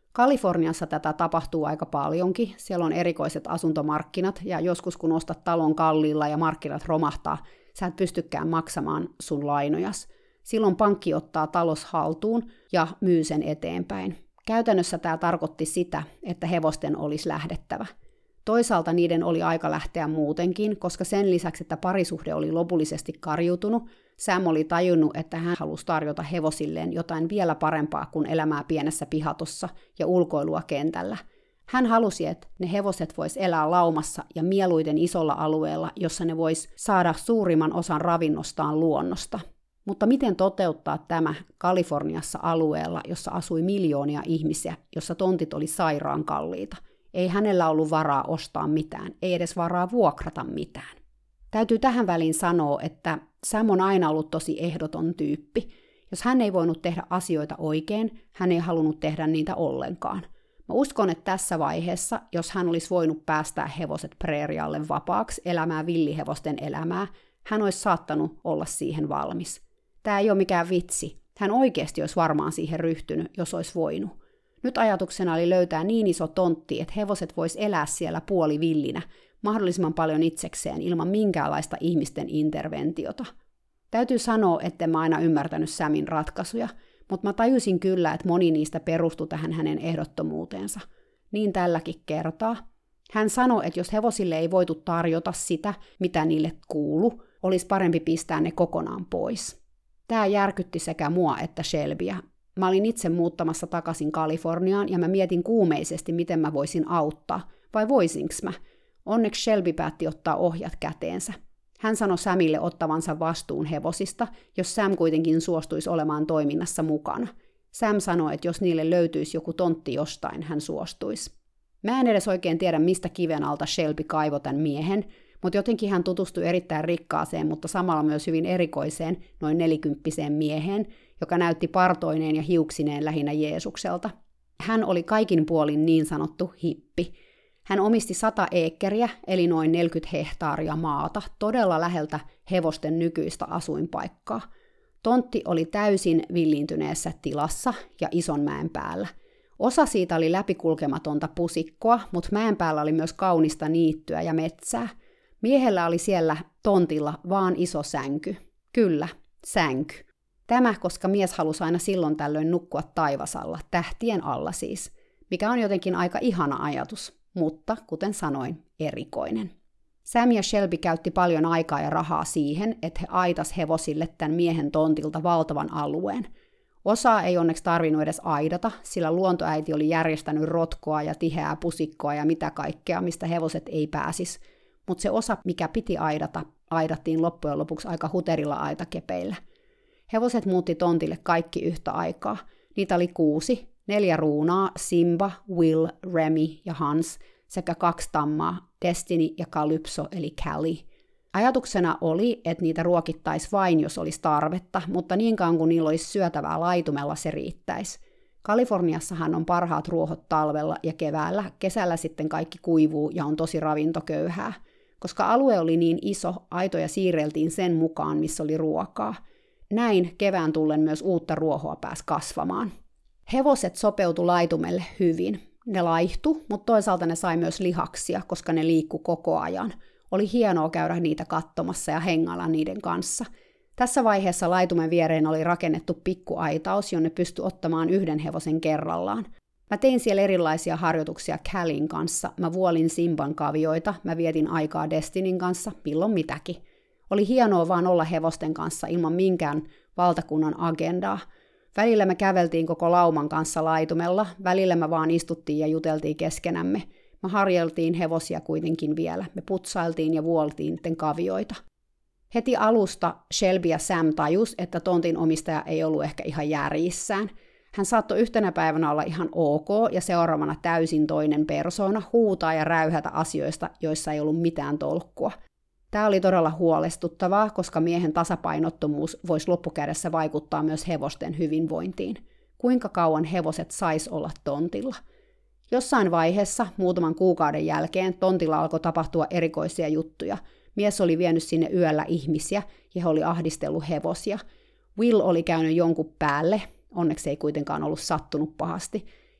Speaker 1: Kaliforniassa tätä tapahtuu aika paljonkin. Siellä on erikoiset asuntomarkkinat, ja joskus kun ostat talon kalliilla ja markkinat romahtaa, sä et pystykään maksamaan sun lainojas. Silloin pankki ottaa talos haltuun ja myy sen eteenpäin. Käytännössä tämä tarkoitti sitä, että hevosten olisi lähdettävä. Toisaalta niiden oli aika lähteä muutenkin, koska sen lisäksi, että parisuhde oli lopullisesti kariutunut, Sam oli tajunnut, että hän halusi tarjota hevosilleen jotain vielä parempaa kuin elämää pienessä pihatossa ja ulkoilua kentällä. Hän halusi, että ne hevoset vois elää laumassa ja mieluiten isolla alueella, jossa ne vois saada suurimman osan ravinnostaan luonnosta. Mutta miten toteuttaa tämä Kaliforniassa alueella, jossa asui miljoonia ihmisiä, jossa tontit oli sairaan kalliita? Ei hänellä ollut varaa ostaa mitään, ei edes varaa vuokrata mitään. Täytyy tähän väliin sanoa, että Sam on aina ollut tosi ehdoton tyyppi. Jos hän ei voinut tehdä asioita oikein, hän ei halunnut tehdä niitä ollenkaan. Mä uskon, että tässä vaiheessa, jos hän olisi voinut päästää hevoset preerialle vapaaksi elämään villihevosten elämää, hän olisi saattanut olla siihen valmis. Tämä ei ole mikään vitsi. Hän oikeasti olisi varmaan siihen ryhtynyt, jos olisi voinut. Nyt ajatuksena oli löytää niin iso tontti, että hevoset vois elää siellä puolivillinä, mahdollisimman paljon itsekseen ilman minkäänlaista ihmisten interventiota. Täytyy sanoa, etten mä aina ymmärtänyt Samin ratkaisuja, mutta mä tajusin kyllä, että moni niistä perustui tähän hänen ehdottomuuteensa. Niin tälläkin kertaa. Hän sanoi, että jos hevosille ei voitu tarjota sitä, mitä niille kuulu, olisi parempi pistää ne kokonaan pois. Tämä järkytti sekä mua että Shelbyä. Mä olin itse muuttamassa takaisin Kaliforniaan ja mä mietin kuumeisesti, miten mä voisin auttaa, vai voisinks mä? Onneksi Shelby päätti ottaa ohjat käteensä. Hän sanoi Samille ottavansa vastuun hevosista, jos Sam kuitenkin suostuisi olemaan toiminnassa mukana. Sam sanoi, että jos niille löytyisi joku tontti jostain, hän suostuisi. Mä en edes oikein tiedä, mistä kiven alta Shelby kaivoi tämän miehen, mutta jotenkin hän tutustui erittäin rikkaaseen, mutta samalla myös hyvin erikoiseen, noin nelikymppiseen mieheen, joka näytti partoineen ja hiuksineen lähinnä Jeesukselta. Hän oli kaikin puolin niin sanottu hippi. Hän omisti sata eekkeriä, eli noin neljäkymmentä hehtaaria maata, todella läheltä hevosten nykyistä asuinpaikkaa. Tontti oli täysin villiintyneessä tilassa ja ison mäen päällä. Osa siitä oli läpikulkematonta pusikkoa, mutta mäen päällä oli myös kaunista niittyä ja metsää. Miehellä oli siellä tontilla vaan iso sänky. Kyllä, sänky. Tämä, koska mies halusi aina silloin tällöin nukkua taivasalla, tähtien alla siis, mikä on jotenkin aika ihana ajatus, mutta kuten sanoin, erikoinen. Sam ja Shelby käytti paljon aikaa ja rahaa siihen, että he aitas hevosille tämän miehen tontilta valtavan alueen. Osaa ei onneksi tarvinnut edes aidata, sillä luontoäiti oli järjestänyt rotkoa ja tiheää pusikkoa ja mitä kaikkea, mistä hevoset ei pääsisi. Mutta se osa, mikä piti aidata, aidattiin loppujen lopuksi aika huterilla aitakepeillä. Hevoset muutti tontille kaikki yhtä aikaa. Niitä oli kuusi, neljä ruunaa, Simba, Will, Remy ja Hans, sekä kaksi tammaa, Destiny ja Calypso eli Callie. Ajatuksena oli, että niitä ruokittaisi vain, jos olisi tarvetta, mutta niin kauan kuin niillä olisi syötävää laitumella, se riittäisi. Kaliforniassahan on parhaat ruohot talvella ja keväällä, kesällä sitten kaikki kuivuu ja on tosi ravintoköyhää. Koska alue oli niin iso, aitoja siirreltiin sen mukaan, missä oli ruokaa. Näin kevään tullen myös uutta ruohoa pääsi kasvamaan. Hevoset sopeutu laitumelle hyvin. Ne laihtu, mutta toisaalta ne sai myös lihaksia, koska ne liikku koko ajan. Oli hienoa käydä niitä katsomassa ja hengailla niiden kanssa. Tässä vaiheessa laitumen viereen oli rakennettu pikkuaitaus, jonne pystyi ottamaan yhden hevosen kerrallaan. Mä tein siellä erilaisia harjoituksia Callien kanssa, mä vuolin Simban kavioita, mä vietin aikaa Destinyn kanssa, milloin mitäkin. Oli hienoa vaan olla hevosten kanssa ilman minkään valtakunnan agendaa. Välillä me käveltiin koko lauman kanssa laitumella, välillä me vaan istuttiin ja juteltiin keskenämme. Me harjeltiin hevosia kuitenkin vielä, me putsailtiin ja vuoltiin niiden kavioita. Heti alusta Shelby ja Sam tajus, että tontin omistaja ei ollut ehkä ihan järjissään. Hän saattoi yhtenä päivänä olla ihan ok ja seuraavana täysin toinen persoona, huutaa ja räyhätä asioista, joissa ei ollut mitään tolkkua. Tämä oli todella huolestuttavaa, koska miehen tasapainottomuus voisi loppukädessä vaikuttaa myös hevosten hyvinvointiin. Kuinka kauan hevoset sais olla tontilla? Jossain vaiheessa, muutaman kuukauden jälkeen, tontilla alkoi tapahtua erikoisia juttuja. Mies oli vienyt sinne yöllä ihmisiä ja he oli ahdistellut hevosia. Will oli käynyt jonkun päälle, onneksi ei kuitenkaan ollut sattunut pahasti,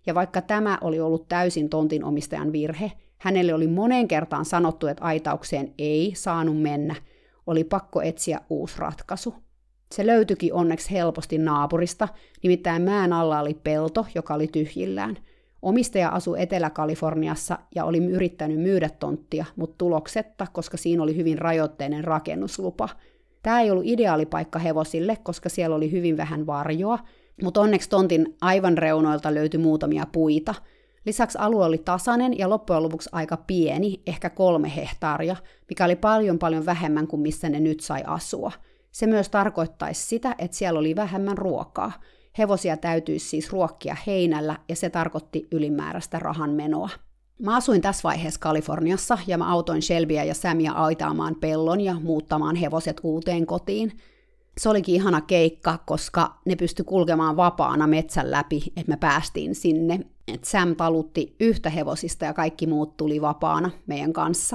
Speaker 1: ja vaikka tämä oli ollut täysin tontin omistajan virhe, hänelle oli moneen kertaan sanottu, että aitaukseen ei saanut mennä, oli pakko etsiä uusi ratkaisu. Se löytyikin onneksi helposti naapurista, nimittäin mäen alla oli pelto, joka oli tyhjillään. Omistaja asui Etelä-Kaliforniassa ja oli yrittänyt myydä tonttia, mutta tuloksetta, koska siinä oli hyvin rajoitteinen rakennuslupa. Tämä ei ollut ideaali paikka hevosille, koska siellä oli hyvin vähän varjoa, mutta onneksi tontin aivan reunoilta löytyi muutamia puita. Lisäksi alue oli tasainen ja loppujen lopuksi aika pieni, ehkä kolme hehtaaria, mikä oli paljon paljon vähemmän kuin missä ne nyt sai asua. Se myös tarkoittaisi sitä, että siellä oli vähemmän ruokaa. Hevosia täytyisi siis ruokkia heinällä, ja se tarkoitti ylimääräistä rahanmenoa. Mä asuin tässä vaiheessa Kaliforniassa, ja mä autoin Shelbyä ja Samia aitaamaan pellon ja muuttamaan hevoset uuteen kotiin. Se olikin ihana keikka, koska ne pystyi kulkemaan vapaana metsän läpi, että me päästiin sinne. Et Sam talutti yhtä hevosista ja kaikki muut tuli vapaana meidän kanssa.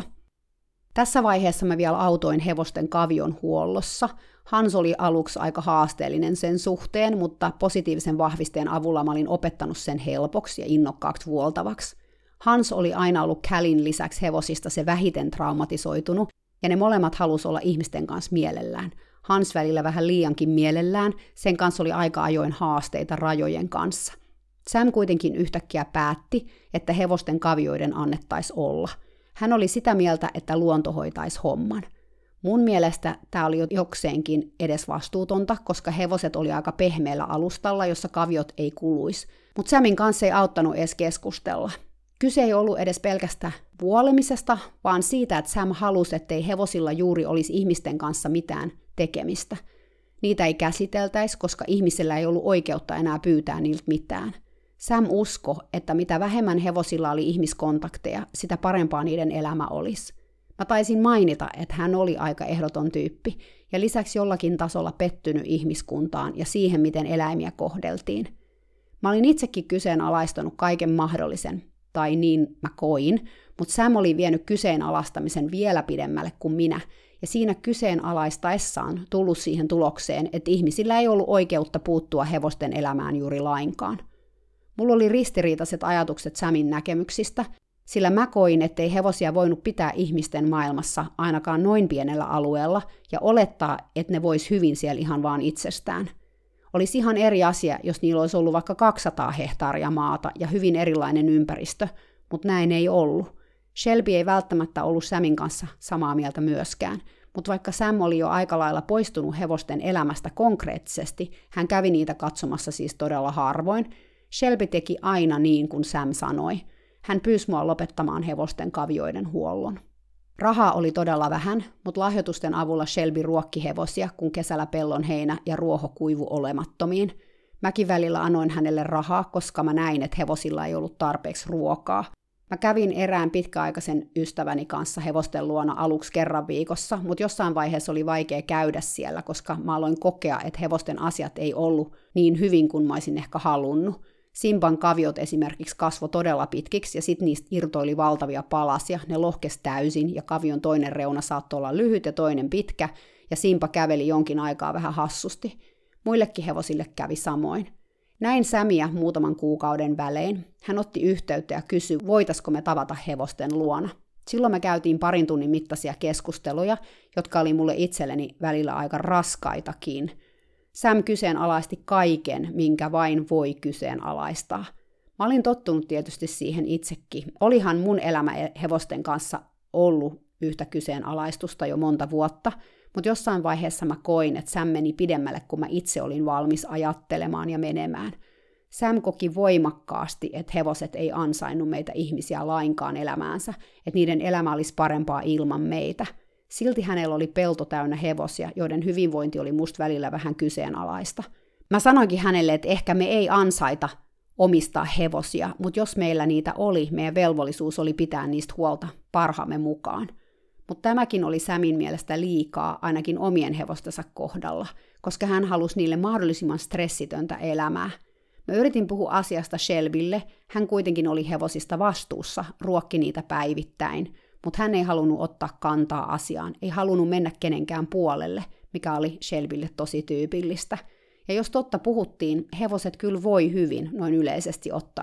Speaker 1: Tässä vaiheessa mä vielä autoin hevosten kavion huollossa. Hans oli aluksi aika haasteellinen sen suhteen, mutta positiivisen vahvisteen avulla mä olin opettanut sen helpoksi ja innokkaaksi vuoltavaksi. Hans oli aina ollut Callin lisäksi hevosista se vähiten traumatisoitunut, ja ne molemmat halusi olla ihmisten kanssa mielellään. Hans välillä vähän liiankin mielellään, sen kanssa oli aika ajoin haasteita rajojen kanssa. Sam kuitenkin yhtäkkiä päätti, että hevosten kavioiden annettaisi olla. Hän oli sitä mieltä, että luonto hoitaisi homman. Mun mielestä tämä oli jokseenkin edesvastuutonta, koska hevoset oli aika pehmeällä alustalla, jossa kaviot ei kuluisi. Mutta Samin kanssa ei auttanut edes keskustella. Kyse ei ollut edes pelkästä vuolemisesta, vaan siitä, että Sam halusi, ettei hevosilla juuri olisi ihmisten kanssa mitään tekemistä. Niitä ei käsiteltäisi, koska ihmisellä ei ollut oikeutta enää pyytää niiltä mitään. Sam uskoi, että mitä vähemmän hevosilla oli ihmiskontakteja, sitä parempaa niiden elämä olisi. Mä taisin mainita, että hän oli aika ehdoton tyyppi, ja lisäksi jollakin tasolla pettynyt ihmiskuntaan ja siihen, miten eläimiä kohdeltiin. Mä olin itsekin kyseenalaistanut kaiken mahdollisen, tai niin mä koin, mutta Sam oli vienyt kyseenalaistamisen vielä pidemmälle kuin minä, ja siinä kyseenalaistaessaan tullut siihen tulokseen, että ihmisillä ei ollut oikeutta puuttua hevosten elämään juuri lainkaan. Mulla oli ristiriitaiset ajatukset Samin näkemyksistä, sillä mä koin, ettei hevosia voinut pitää ihmisten maailmassa ainakaan noin pienellä alueella ja olettaa, että ne vois hyvin siellä ihan vaan itsestään. Olisi ihan eri asia, jos niillä olisi ollut vaikka kaksisataa hehtaaria maata ja hyvin erilainen ympäristö, mutta näin ei ollut. Shelby ei välttämättä ollut Samin kanssa samaa mieltä myöskään, mutta vaikka Sam oli jo aika lailla poistunut hevosten elämästä konkreettisesti, hän kävi niitä katsomassa siis todella harvoin. Shelby teki aina niin kuin Sam sanoi. Hän pyysi mua lopettamaan hevosten kavioiden huollon. Rahaa oli todella vähän, mutta lahjoitusten avulla Shelby ruokki hevosia, kun kesällä pellon heinä ja ruoho kuivu olemattomiin. Mäkin välillä annoin hänelle rahaa, koska mä näin, että hevosilla ei ollut tarpeeksi ruokaa. Mä kävin erään pitkäaikaisen ystäväni kanssa hevosten luona aluksi kerran viikossa, mutta jossain vaiheessa oli vaikea käydä siellä, koska mä aloin kokea, että hevosten asiat ei ollut niin hyvin kuin mä olisin ehkä halunnut. Simpan kaviot esimerkiksi kasvoi todella pitkiksi ja sitten niistä irtoili valtavia palasia, ne lohkesi täysin ja kavion toinen reuna saattoi olla lyhyt ja toinen pitkä ja Simpa käveli jonkin aikaa vähän hassusti. Muillekin hevosille kävi samoin. Näin Samia muutaman kuukauden välein. Hän otti yhteyttä ja kysyi, voitaisiko me tavata hevosten luona. Silloin me käytiin parin tunnin mittaisia keskusteluja, jotka oli mulle itselleni välillä aika raskaitakin. Sam kyseenalaisti kaiken, minkä vain voi kyseenalaistaa. Mä olin tottunut tietysti siihen itsekin. Olihan mun elämä hevosten kanssa ollut yhtä kyseenalaistusta jo monta vuotta, mutta jossain vaiheessa mä koin, että Sam meni pidemmälle, kun mä itse olin valmis ajattelemaan ja menemään. Sam koki voimakkaasti, että hevoset ei ansainnut meitä ihmisiä lainkaan elämäänsä, että niiden elämä olisi parempaa ilman meitä. Silti hänellä oli pelto täynnä hevosia, joiden hyvinvointi oli musta välillä vähän kyseenalaista. Mä sanoinkin hänelle, että ehkä me ei ansaita omistaa hevosia, mutta jos meillä niitä oli, meidän velvollisuus oli pitää niistä huolta parhaamme mukaan. Mutta tämäkin oli Samin mielestä liikaa ainakin omien hevostensa kohdalla, koska hän halusi niille mahdollisimman stressitöntä elämää. Mä yritin puhua asiasta Shelbylle, hän kuitenkin oli hevosista vastuussa, ruokki niitä päivittäin, mutta hän ei halunnut ottaa kantaa asiaan, ei halunnut mennä kenenkään puolelle, mikä oli Shelbylle tosi tyypillistä. Ja jos totta puhuttiin, hevoset kyllä voi hyvin, noin yleisesti ottaen.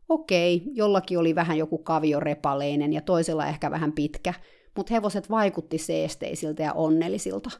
Speaker 1: Okei, jollakin oli vähän joku kaviorepaleinen ja toisella ehkä vähän pitkä, mutta hevoset vaikutti seesteisiltä ja onnellisilta.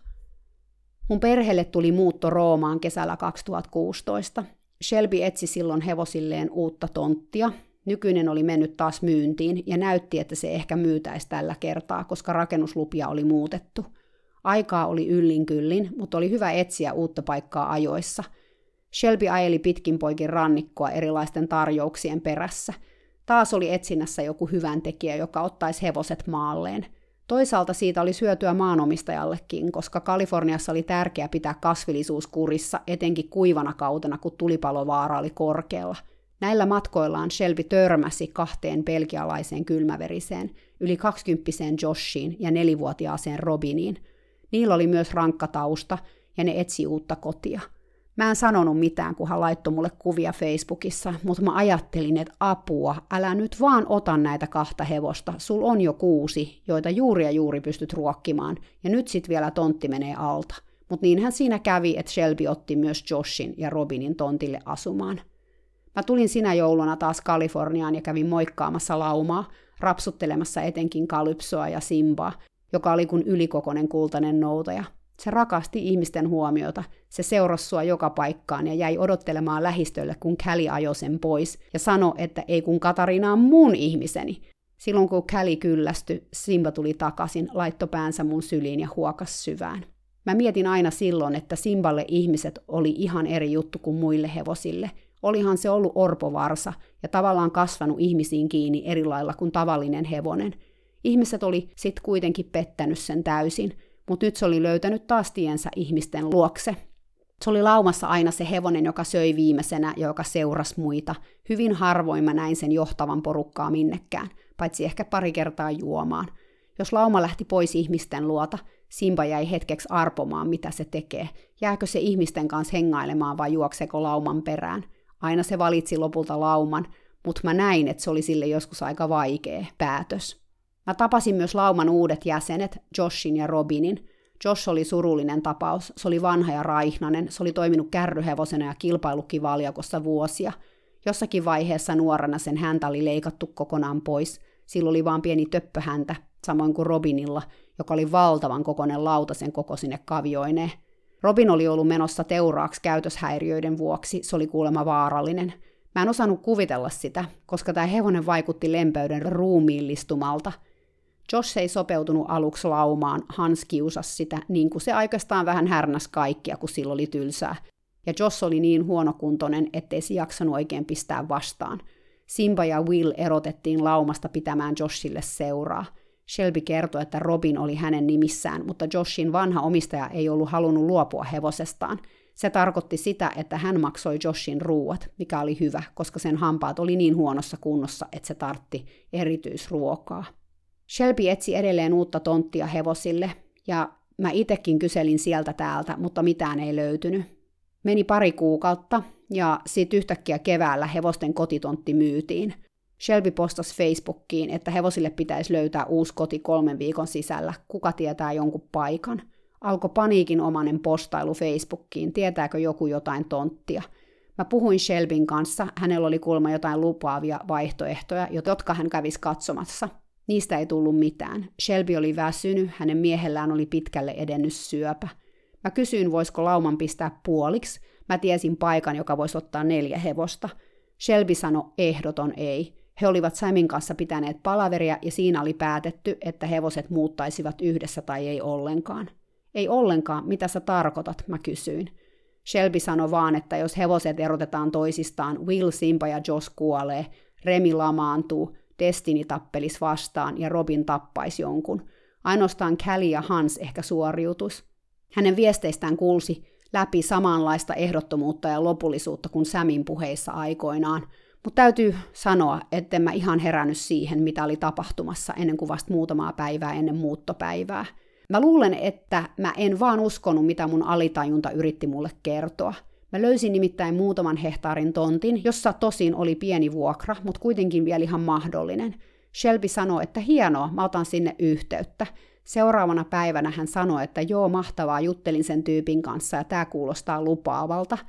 Speaker 1: Mun perheelle tuli muutto Roomaan kesällä kaksituhattakuusitoista. Shelby etsi silloin hevosilleen uutta tonttia. Nykyinen oli mennyt taas myyntiin ja näytti, että se ehkä myytäisi tällä kertaa, koska rakennuslupia oli muutettu. Aikaa oli yllin kyllin, mutta oli hyvä etsiä uutta paikkaa ajoissa. Shelby ajeli pitkin poikin rannikkoa erilaisten tarjouksien perässä. Taas oli etsinnässä joku hyvän tekijä, joka ottaisi hevoset maalleen. Toisaalta siitä oli syötyä maanomistajallekin, koska Kaliforniassa oli tärkeää pitää kasvillisuus kurissa, etenkin kuivana kautena, kun tulipalovaara oli korkealla. Näillä matkoillaan Shelby törmäsi kahteen belgialaiseen kylmäveriseen, yli kaksikymppiseen Joshiin ja nelivuotiaaseen Robiniin. Niillä oli myös rankka tausta, ja ne etsi uutta kotia. Mä en sanonut mitään, kun hän laittoi mulle kuvia Facebookissa, mutta mä ajattelin, että apua, älä nyt vaan ota näitä kahta hevosta, sul on jo kuusi, joita juuri ja juuri pystyt ruokkimaan, ja nyt sit vielä tontti menee alta. Mutta niinhän siinä kävi, että Shelby otti myös Joshin ja Robinin tontille asumaan. Mä tulin sinä jouluna taas Kaliforniaan ja kävin moikkaamassa laumaa, rapsuttelemassa etenkin Kalypsoa ja Simbaa, joka oli kuin ylikokoinen kultainen noutaja. Se rakasti ihmisten huomiota, se seurasi sua joka paikkaan ja jäi odottelemaan lähistölle, kun Callie ajoi sen pois ja sanoi, että ei kun Katariina on mun ihmiseni. Silloin kun Callie kyllästyi, Simba tuli takaisin, laittoi päänsä mun syliin ja huokas syvään. Mä mietin aina silloin, että Simballe ihmiset oli ihan eri juttu kuin muille hevosille. Olihan se ollut orpovarsa ja tavallaan kasvanut ihmisiin kiinni eri lailla kuin tavallinen hevonen. Ihmiset oli sit kuitenkin pettänyt sen täysin, mutta nyt se oli löytänyt taas tiensä ihmisten luokse. Se oli laumassa aina se hevonen, joka söi viimeisenä ja joka seurasi muita. Hyvin harvoin mä näin sen johtavan porukkaa minnekään, paitsi ehkä pari kertaa juomaan. Jos lauma lähti pois ihmisten luota, Simba jäi hetkeksi arpomaan, mitä se tekee. Jääkö se ihmisten kanssa hengailemaan vai juokseeko lauman perään? Aina se valitsi lopulta lauman, mutta mä näin, että se oli sille joskus aika vaikea päätös. Mä tapasin myös lauman uudet jäsenet, Joshin ja Robinin. Josh oli surullinen tapaus, se oli vanha ja raihnainen, se oli toiminut kärryhevosena ja kilpailutkin valjakossa vuosia. Jossakin vaiheessa nuorena sen häntä oli leikattu kokonaan pois, sillä oli vaan pieni töppöhäntä, samoin kuin Robinilla, joka oli valtavan kokoinen lautasen kokoisine kavioineen. Robin oli ollut menossa teuraaksi käytöshäiriöiden vuoksi, se oli kuulemma vaarallinen. Mä en osannut kuvitella sitä, koska tämä hevonen vaikutti lempeyden ruumiillistumalta. Josh ei sopeutunut aluksi laumaan, Hans kiusasi sitä, niin kuin se oikeastaan vähän härnäsi kaikkia, kun sillä oli tylsää. Ja Josh oli niin huonokuntoinen, ettei se jaksanut oikein pistää vastaan. Simba ja Will erotettiin laumasta pitämään Joshille seuraa. Shelby kertoi, että Robin oli hänen nimissään, mutta Joshin vanha omistaja ei ollut halunnut luopua hevosestaan. Se tarkoitti sitä, että hän maksoi Joshin ruuat, mikä oli hyvä, koska sen hampaat oli niin huonossa kunnossa, että se tartti erityisruokaa. Shelby etsi edelleen uutta tonttia hevosille, ja mä itekin kyselin sieltä täältä, mutta mitään ei löytynyt. Meni pari kuukautta, ja sit yhtäkkiä keväällä hevosten kotitontti myytiin. Shelby postasi Facebookiin, että hevosille pitäisi löytää uusi koti kolmen viikon sisällä, kuka tietää jonkun paikan. Alkoi paniikinomainen postailu Facebookiin, tietääkö joku jotain tonttia. Mä puhuin Shelbyn kanssa, hänellä oli kuulemma jotain lupaavia vaihtoehtoja, jotka hän kävisi katsomassa. Niistä ei tullut mitään. Shelby oli väsynyt, hänen miehellään oli pitkälle edennyt syöpä. Mä kysyin, voisiko lauman pistää puoliksi. Mä tiesin paikan, joka voisi ottaa neljä hevosta. Shelby sanoi ehdoton ei. He olivat Samin kanssa pitäneet palaveria ja siinä oli päätetty, että hevoset muuttaisivat yhdessä tai ei ollenkaan. Ei ollenkaan, mitä sä tarkoitat, mä kysyin. Shelby sanoi vaan, että jos hevoset erotetaan toisistaan, Will, Simba ja Josh kuolee, Remi lamaantuu, Destiny tappelis vastaan ja Robin tappaisi jonkun. Ainoastaan Callie ja Hans ehkä suoriutus. Hänen viesteistään kuulsi läpi samanlaista ehdottomuutta ja lopullisuutta kuin Samin puheissa aikoinaan. Mutta täytyy sanoa, etten mä ihan herännyt siihen, mitä oli tapahtumassa ennen kuin vasta muutamaa päivää ennen muuttopäivää. Mä luulen, että mä en vaan uskonut, mitä mun alitajunta yritti mulle kertoa. Mä löysin nimittäin muutaman hehtaarin tontin, jossa tosin oli pieni vuokra, mutta kuitenkin vielä ihan mahdollinen. Shelby sanoi, että hienoa, mä otan sinne yhteyttä. Seuraavana päivänä hän sanoi, että joo, mahtavaa, juttelin sen tyypin kanssa ja tää kuulostaa lupaavalta.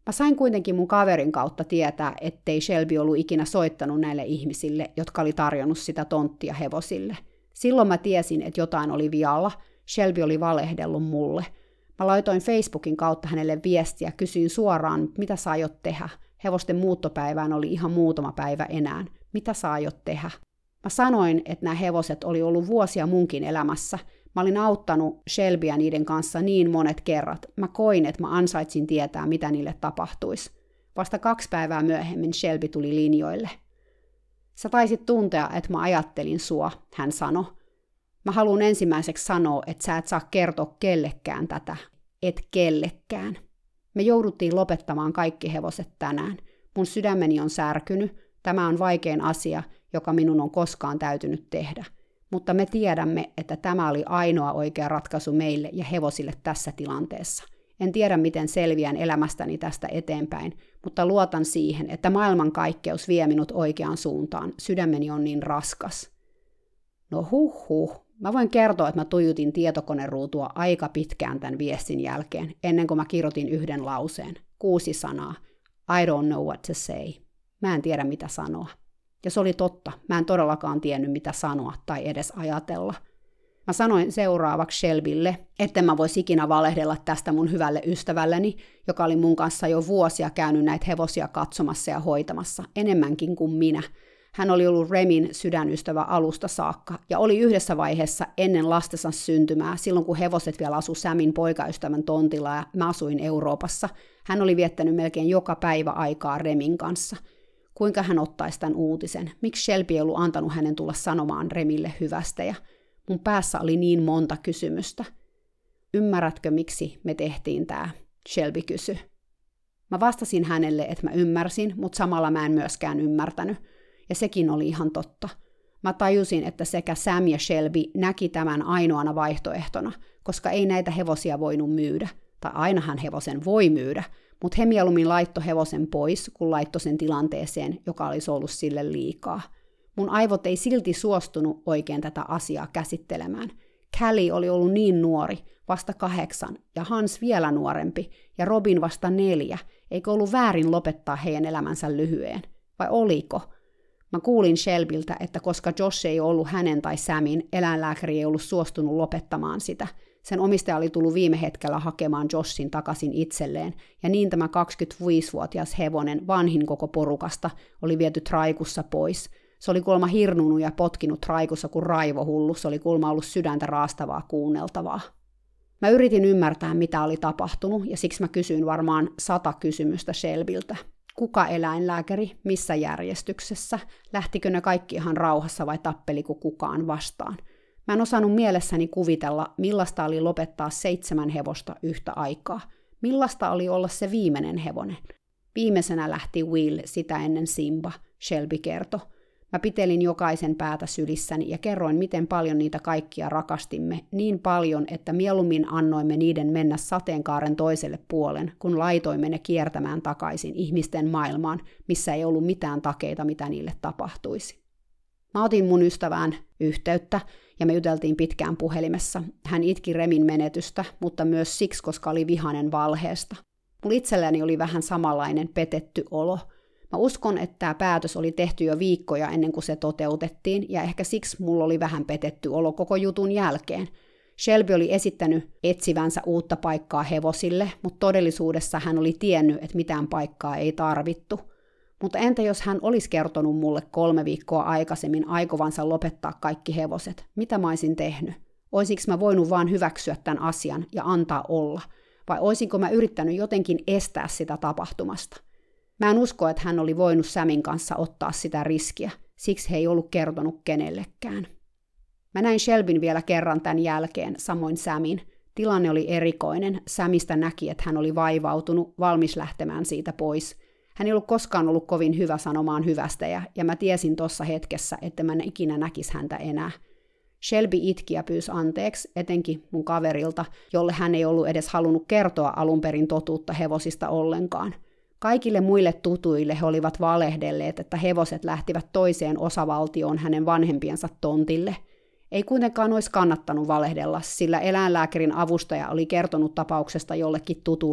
Speaker 1: Mä sain kuitenkin mun kaverin kautta tietää, ettei Shelby ollut ikinä soittanut näille ihmisille, jotka oli tarjonnut sitä tonttia hevosille. Silloin mä tiesin, että jotain oli vialla. Shelby oli valehdellut mulle. Mä laitoin Facebookin kautta hänelle viestiä, kysyin suoraan, mitä sä aiot tehdä. Hevosten muuttopäivään oli ihan muutama päivä enää. Mitä sä aiot tehdä? Mä sanoin, että nämä hevoset oli ollut vuosia munkin elämässä. Mä olin auttanut Shelbyä niiden kanssa niin monet kerrat. Mä koin, että mä ansaitsin tietää, mitä niille tapahtuisi. Vasta kaksi päivää myöhemmin Shelby tuli linjoille. Sä taisit tuntea, että mä ajattelin sua, hän sanoi. Mä haluan ensimmäiseksi sanoa, että sä et saa kertoa kellekään tätä. Et kellekään. Me jouduttiin lopettamaan kaikki hevoset tänään. Mun sydämeni on särkynyt. Tämä on vaikein asia, joka minun on koskaan täytynyt tehdä. Mutta me tiedämme, että tämä oli ainoa oikea ratkaisu meille ja hevosille tässä tilanteessa. En tiedä, miten selviän elämästäni tästä eteenpäin, mutta luotan siihen, että maailmankaikkeus vie minut oikeaan suuntaan. Sydämeni on niin raskas. No huh huh. Mä voin kertoa, että mä tuijutin tietokoneruutua aika pitkään tämän viestin jälkeen, ennen kuin mä kirjoitin yhden lauseen. Kuusi sanaa. I don't know what to say. Mä en tiedä, mitä sanoa. Ja se oli totta. Mä en todellakaan tiennyt, mitä sanoa tai edes ajatella. Mä sanoin seuraavaksi Shelbylle, etten mä vois ikinä valehdella tästä mun hyvälle ystävälleni, joka oli mun kanssa jo vuosia käynyt näitä hevosia katsomassa ja hoitamassa, enemmänkin kuin minä. Hän oli ollut Remin sydänystävä alusta saakka ja oli yhdessä vaiheessa ennen lastensa syntymää, silloin kun hevoset vielä asu Samin poikaystävän tontilla ja mä asuin Euroopassa. Hän oli viettänyt melkein joka päivä aikaa Remin kanssa. Kuinka hän ottaisi tämän uutisen? Miksi Shelby ei ollut antanut hänen tulla sanomaan Remille hyvästä? Ja mun päässä oli niin monta kysymystä. Ymmärrätkö, miksi me tehtiin tämä? Shelby kysyi. Mä vastasin hänelle, että mä ymmärsin, mutta samalla mä en myöskään ymmärtänyt. Ja sekin oli ihan totta. Mä tajusin, että sekä Sam ja Shelby näki tämän ainoana vaihtoehtona, koska ei näitä hevosia voinut myydä. Tai ainahan hevosen voi myydä, mutta he mieluummin laittoi hevosen pois, kun laittoi sen tilanteeseen, joka olisi ollut sille liikaa. Mun aivot ei silti suostunut oikein tätä asiaa käsittelemään. Callie oli ollut niin nuori, vasta kahdeksan, ja Hans vielä nuorempi, ja Robin vasta neljä. Eikö ollut väärin lopettaa heidän elämänsä lyhyeen? Vai oliko? Mä kuulin Shelbyltä, että koska Josh ei ollut hänen tai Samin, eläinlääkäri ei ollut suostunut lopettamaan sitä. Sen omistaja oli tullut viime hetkellä hakemaan Joshin takaisin itselleen, ja niin tämä kaksikymmentäviisivuotias hevonen, vanhin koko porukasta, oli viety traikussa pois. Se oli kuulemma hirnunut ja potkinut traikussa kuin raivohullu, se oli kuulemma ollut sydäntä raastavaa kuunneltavaa. Mä yritin ymmärtää, mitä oli tapahtunut, ja siksi mä kysyin varmaan sata kysymystä Shelbyltä. Kuka eläinlääkäri, missä järjestyksessä, lähtikö ne kaikki ihan rauhassa vai tappeliko kukaan vastaan? Mä en osannut mielessäni kuvitella, millaista oli lopettaa seitsemän hevosta yhtä aikaa. Millaista oli olla se viimeinen hevonen. Viimeisenä lähti Will, sitä ennen Simba, Shelby kertoi. Mä pitelin jokaisen päätä sylissäni ja kerroin, miten paljon niitä kaikkia rakastimme, niin paljon, että mieluummin annoimme niiden mennä sateenkaaren toiselle puolen, kun laitoimme ne kiertämään takaisin ihmisten maailmaan, missä ei ollut mitään takeita, mitä niille tapahtuisi. Mä otin mun ystävään yhteyttä ja me juteltiin pitkään puhelimessa. Hän itki Remin menetystä, mutta myös siksi, koska oli vihainen valheesta. Mulla itselläni oli vähän samanlainen petetty olo. Mä uskon, että tämä päätös oli tehty jo viikkoja ennen kuin se toteutettiin, ja ehkä siksi mulla oli vähän petetty olo koko jutun jälkeen. Shelby oli esittänyt etsivänsä uutta paikkaa hevosille, mutta todellisuudessa hän oli tiennyt, että mitään paikkaa ei tarvittu. Mutta entä jos hän olisi kertonut mulle kolme viikkoa aikaisemmin aikovansa lopettaa kaikki hevoset? Mitä mä olisin tehnyt? Oisinko mä voinut vaan hyväksyä tämän asian ja antaa olla? Vai oisinko mä yrittänyt jotenkin estää sitä tapahtumasta? Mä en usko, että hän oli voinut Samin kanssa ottaa sitä riskiä, siksi he ei ollut kertonut kenellekään. Mä näin Shelbyn vielä kerran tämän jälkeen, samoin Samin. Tilanne oli erikoinen. Samista näki, että hän oli vaivautunut, valmis lähtemään siitä pois. Hän ei ollut koskaan ollut kovin hyvä sanomaan hyvästä, ja, ja mä tiesin tuossa hetkessä, että mä en ikinä näkisi häntä enää. Shelby itki ja pyysi anteeksi, etenkin mun kaverilta, jolle hän ei ollut edes halunnut kertoa alun perin totuutta hevosista ollenkaan. Kaikille muille tutuille he olivat valehdelleet, että hevoset lähtivät toiseen osavaltioon hänen vanhempiensa tontille. Ei kuitenkaan olisi kannattanut valehdella, sillä eläinlääkärin avustaja oli kertonut tapauksesta jollekin tutulleen,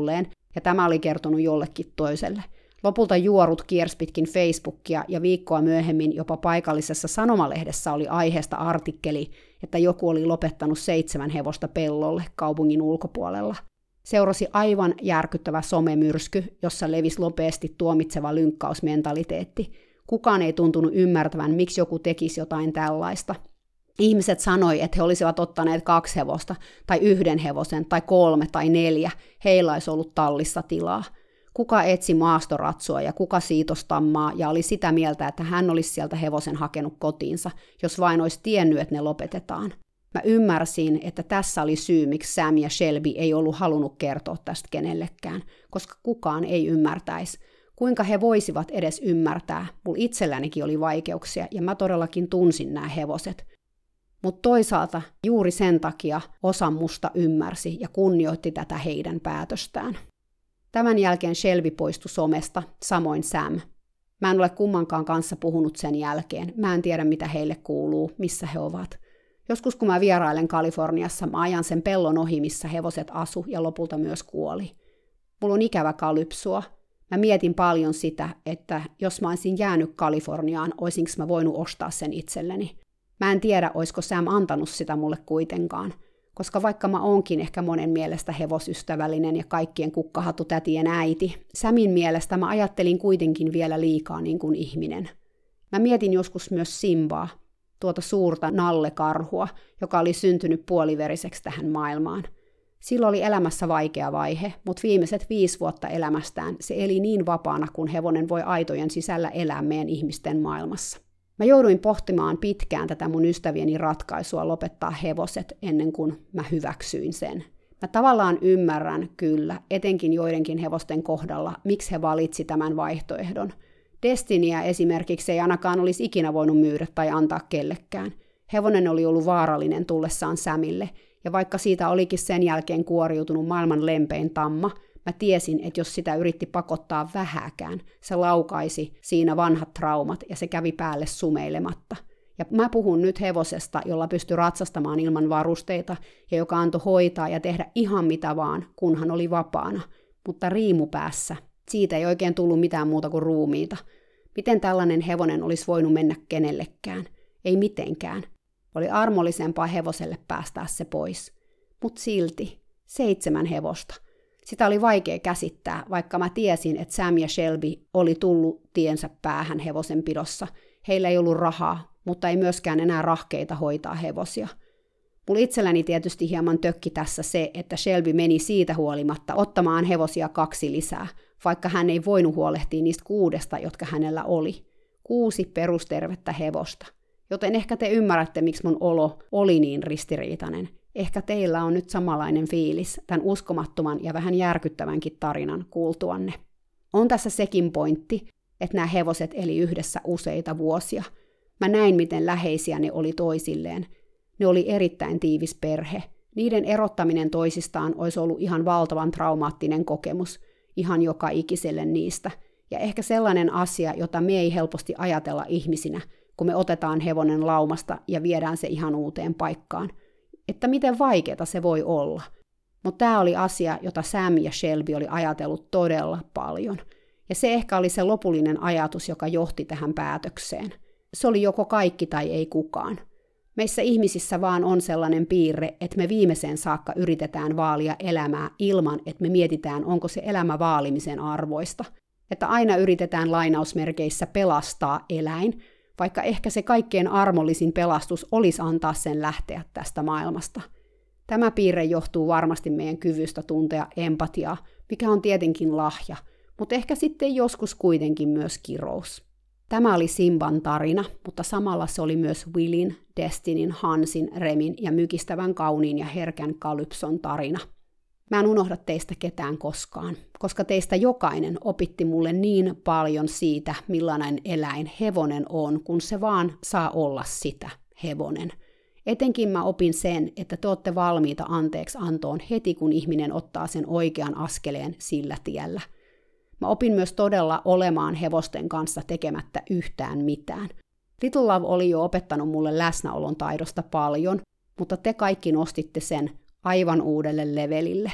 Speaker 1: ja tämä oli kertonut jollekin toiselle. Lopulta juorut kiersi pitkin Facebookia ja viikkoa myöhemmin jopa paikallisessa sanomalehdessä oli aiheesta artikkeli, että joku oli lopettanut seitsemän hevosta pellolle kaupungin ulkopuolella. Seurasi aivan järkyttävä somemyrsky, jossa levisi nopeasti tuomitseva lynkkausmentaliteetti. Kukaan ei tuntunut ymmärtävän, miksi joku tekisi jotain tällaista. Ihmiset sanoi, että he olisivat ottaneet kaksi hevosta, tai yhden hevosen, tai kolme tai neljä. Heillä olisi ollut tallissa tilaa. Kuka etsi maastoratsua ja kuka siitostammaa ja oli sitä mieltä, että hän olisi sieltä hevosen hakenut kotiinsa, jos vain olisi tiennyt, että ne lopetetaan. Mä ymmärsin, että tässä oli syy, miksi Sam ja Shelby ei ollut halunnut kertoa tästä kenellekään, koska kukaan ei ymmärtäisi. Kuinka he voisivat edes ymmärtää? Mulla itsellänikin oli vaikeuksia ja mä todellakin tunsin nämä hevoset. Mutta toisaalta juuri sen takia osa musta ymmärsi ja kunnioitti tätä heidän päätöstään. Tämän jälkeen Shelby poistui somesta, samoin Sam. Mä en ole kummankaan kanssa puhunut sen jälkeen. Mä en tiedä, mitä heille kuuluu, missä he ovat. Joskus kun mä vierailen Kaliforniassa, mä ajan sen pellon ohi, missä hevoset asu ja lopulta myös kuoli. Mulla on ikävä kalypsua. Mä mietin paljon sitä, että jos mä olisin jäänyt Kaliforniaan, oisinko mä voinut ostaa sen itselleni. Mä en tiedä, oisko Sam antanut sitä mulle kuitenkaan. Koska vaikka mä oonkin ehkä monen mielestä hevosystävällinen ja kaikkien kukkahatutätien äiti, Samin mielestä mä ajattelin kuitenkin vielä liikaa niin kuin ihminen. Mä mietin joskus myös Simbaa, tuota suurta nallekarhua, joka oli syntynyt puoliveriseksi tähän maailmaan. Silloin oli elämässä vaikea vaihe, mutta viimeiset viisi vuotta elämästään se eli niin vapaana, kun hevonen voi aitojen sisällä elää meidän ihmisten maailmassa. Mä jouduin pohtimaan pitkään tätä mun ystävieni ratkaisua lopettaa hevoset ennen kuin mä hyväksyin sen. Mä tavallaan ymmärrän kyllä, etenkin joidenkin hevosten kohdalla, miksi he valitsi tämän vaihtoehdon. Destinyä esimerkiksi ei ainakaan olisi ikinä voinut myydä tai antaa kellekään. Hevonen oli ollut vaarallinen tullessaan Samille, ja vaikka siitä olikin sen jälkeen kuoriutunut maailman lempein tamma, mä tiesin, että jos sitä yritti pakottaa vähäkään, se laukaisi siinä vanhat traumat ja se kävi päälle sumeilematta. Ja mä puhun nyt hevosesta, jolla pystyi ratsastamaan ilman varusteita ja joka antoi hoitaa ja tehdä ihan mitä vaan, kunhan oli vapaana. Mutta riimu päässä, siitä ei oikein tullut mitään muuta kuin ruumiita. Miten tällainen hevonen olisi voinut mennä kenellekään? Ei mitenkään. Oli armollisempaa hevoselle päästää se pois. Mut silti, seitsemän hevosta. Sitä oli vaikea käsittää, vaikka mä tiesin, että Sam ja Shelby oli tullut tiensä päähän hevosenpidossa. Heillä ei ollut rahaa, mutta ei myöskään enää rahkeita hoitaa hevosia. Mulla itselläni tietysti hieman tökki tässä se, että Shelby meni siitä huolimatta ottamaan hevosia kaksi lisää, vaikka hän ei voinut huolehtia niistä kuudesta, jotka hänellä oli. Kuusi perustervettä hevosta. Joten ehkä te ymmärrätte, miksi mun olo oli niin ristiriitainen. Ehkä teillä on nyt samanlainen fiilis tämän uskomattoman ja vähän järkyttävänkin tarinan kuultuanne. On tässä sekin pointti, että nämä hevoset eli yhdessä useita vuosia. Mä näin, miten läheisiä ne oli toisilleen. Ne oli erittäin tiivis perhe. Niiden erottaminen toisistaan olisi ollut ihan valtavan traumaattinen kokemus, ihan joka ikiselle niistä. Ja ehkä sellainen asia, jota me ei helposti ajatella ihmisinä, kun me otetaan hevonen laumasta ja viedään se ihan uuteen paikkaan. Että miten vaikeaa se voi olla. Mutta tämä oli asia, jota Sam ja Shelby oli ajatellut todella paljon. Ja se ehkä oli se lopullinen ajatus, joka johti tähän päätökseen. Se oli joko kaikki tai ei kukaan. Meissä ihmisissä vaan on sellainen piirre, että me viimeiseen saakka yritetään vaalia elämää ilman, että me mietitään, onko se elämä vaalimisen arvoista. Että aina yritetään lainausmerkeissä pelastaa eläin, vaikka ehkä se kaikkein armollisin pelastus olisi antaa sen lähteä tästä maailmasta. Tämä piirre johtuu varmasti meidän kyvystä tuntea empatiaa, mikä on tietenkin lahja, mutta ehkä sitten joskus kuitenkin myös kirous. Tämä oli Simban tarina, mutta samalla se oli myös Willin, Destinyn, Hansin, Remin ja mykistävän kauniin ja herkän Kalypson tarina. Mä en unohda teistä ketään koskaan, koska teistä jokainen opitti mulle niin paljon siitä, millainen eläin hevonen on, kun se vaan saa olla sitä, hevonen. Etenkin mä opin sen, että te olette valmiita anteeksi antoon heti, kun ihminen ottaa sen oikean askeleen sillä tiellä. Mä opin myös todella olemaan hevosten kanssa tekemättä yhtään mitään. Little Love oli jo opettanut mulle läsnäolon taidosta paljon, mutta te kaikki nostitte sen aivan uudelle levelille.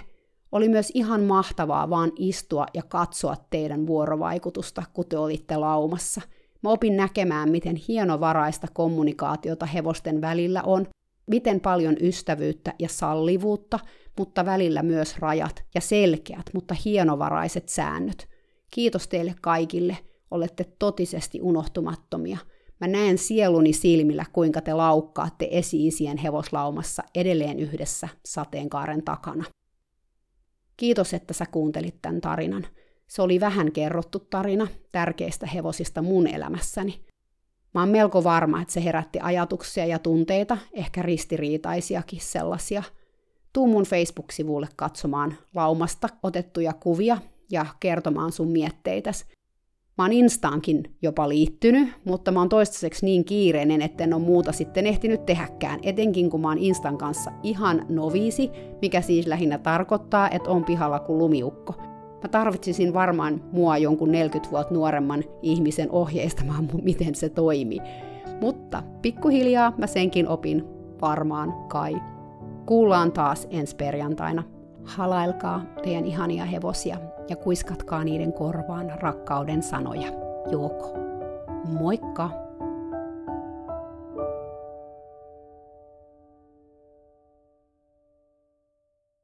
Speaker 1: Oli myös ihan mahtavaa vaan istua ja katsoa teidän vuorovaikutusta, kun te olitte laumassa. Mä opin näkemään, miten hienovaraista kommunikaatiota hevosten välillä on, miten paljon ystävyyttä ja sallivuutta, mutta välillä myös rajat ja selkeät, mutta hienovaraiset säännöt. Kiitos teille kaikille, olette totisesti unohtumattomia. Mä näen sieluni silmillä, kuinka te laukkaatte esi-isien hevoslaumassa edelleen yhdessä sateenkaaren takana. Kiitos, että sä kuuntelit tämän tarinan. Se oli vähän kerrottu tarina tärkeistä hevosista mun elämässäni. Mä oon melko varma, että se herätti ajatuksia ja tunteita, ehkä ristiriitaisiakin sellaisia. Tuu mun Facebook-sivulle katsomaan laumasta otettuja kuvia ja kertomaan sun mietteitäs. Mä oon Instaankin jopa liittynyt, mutta mä oon toistaiseksi niin kiireinen, etten ole muuta sitten ehtinyt tehdäkään, etenkin kun mä oon Instan kanssa ihan noviisi, mikä siis lähinnä tarkoittaa, että on pihalla kuin lumiukko. Mä tarvitsisin varmaan mua jonkun neljäkymmentä vuotta nuoremman ihmisen ohjeistamaan, miten se toimii. Mutta pikkuhiljaa mä senkin opin varmaan kai. Kuullaan taas ensi perjantaina. Halailkaa teidän ihania hevosia ja kuiskatkaa niiden korvaan rakkauden sanoja. Joko. Moikka!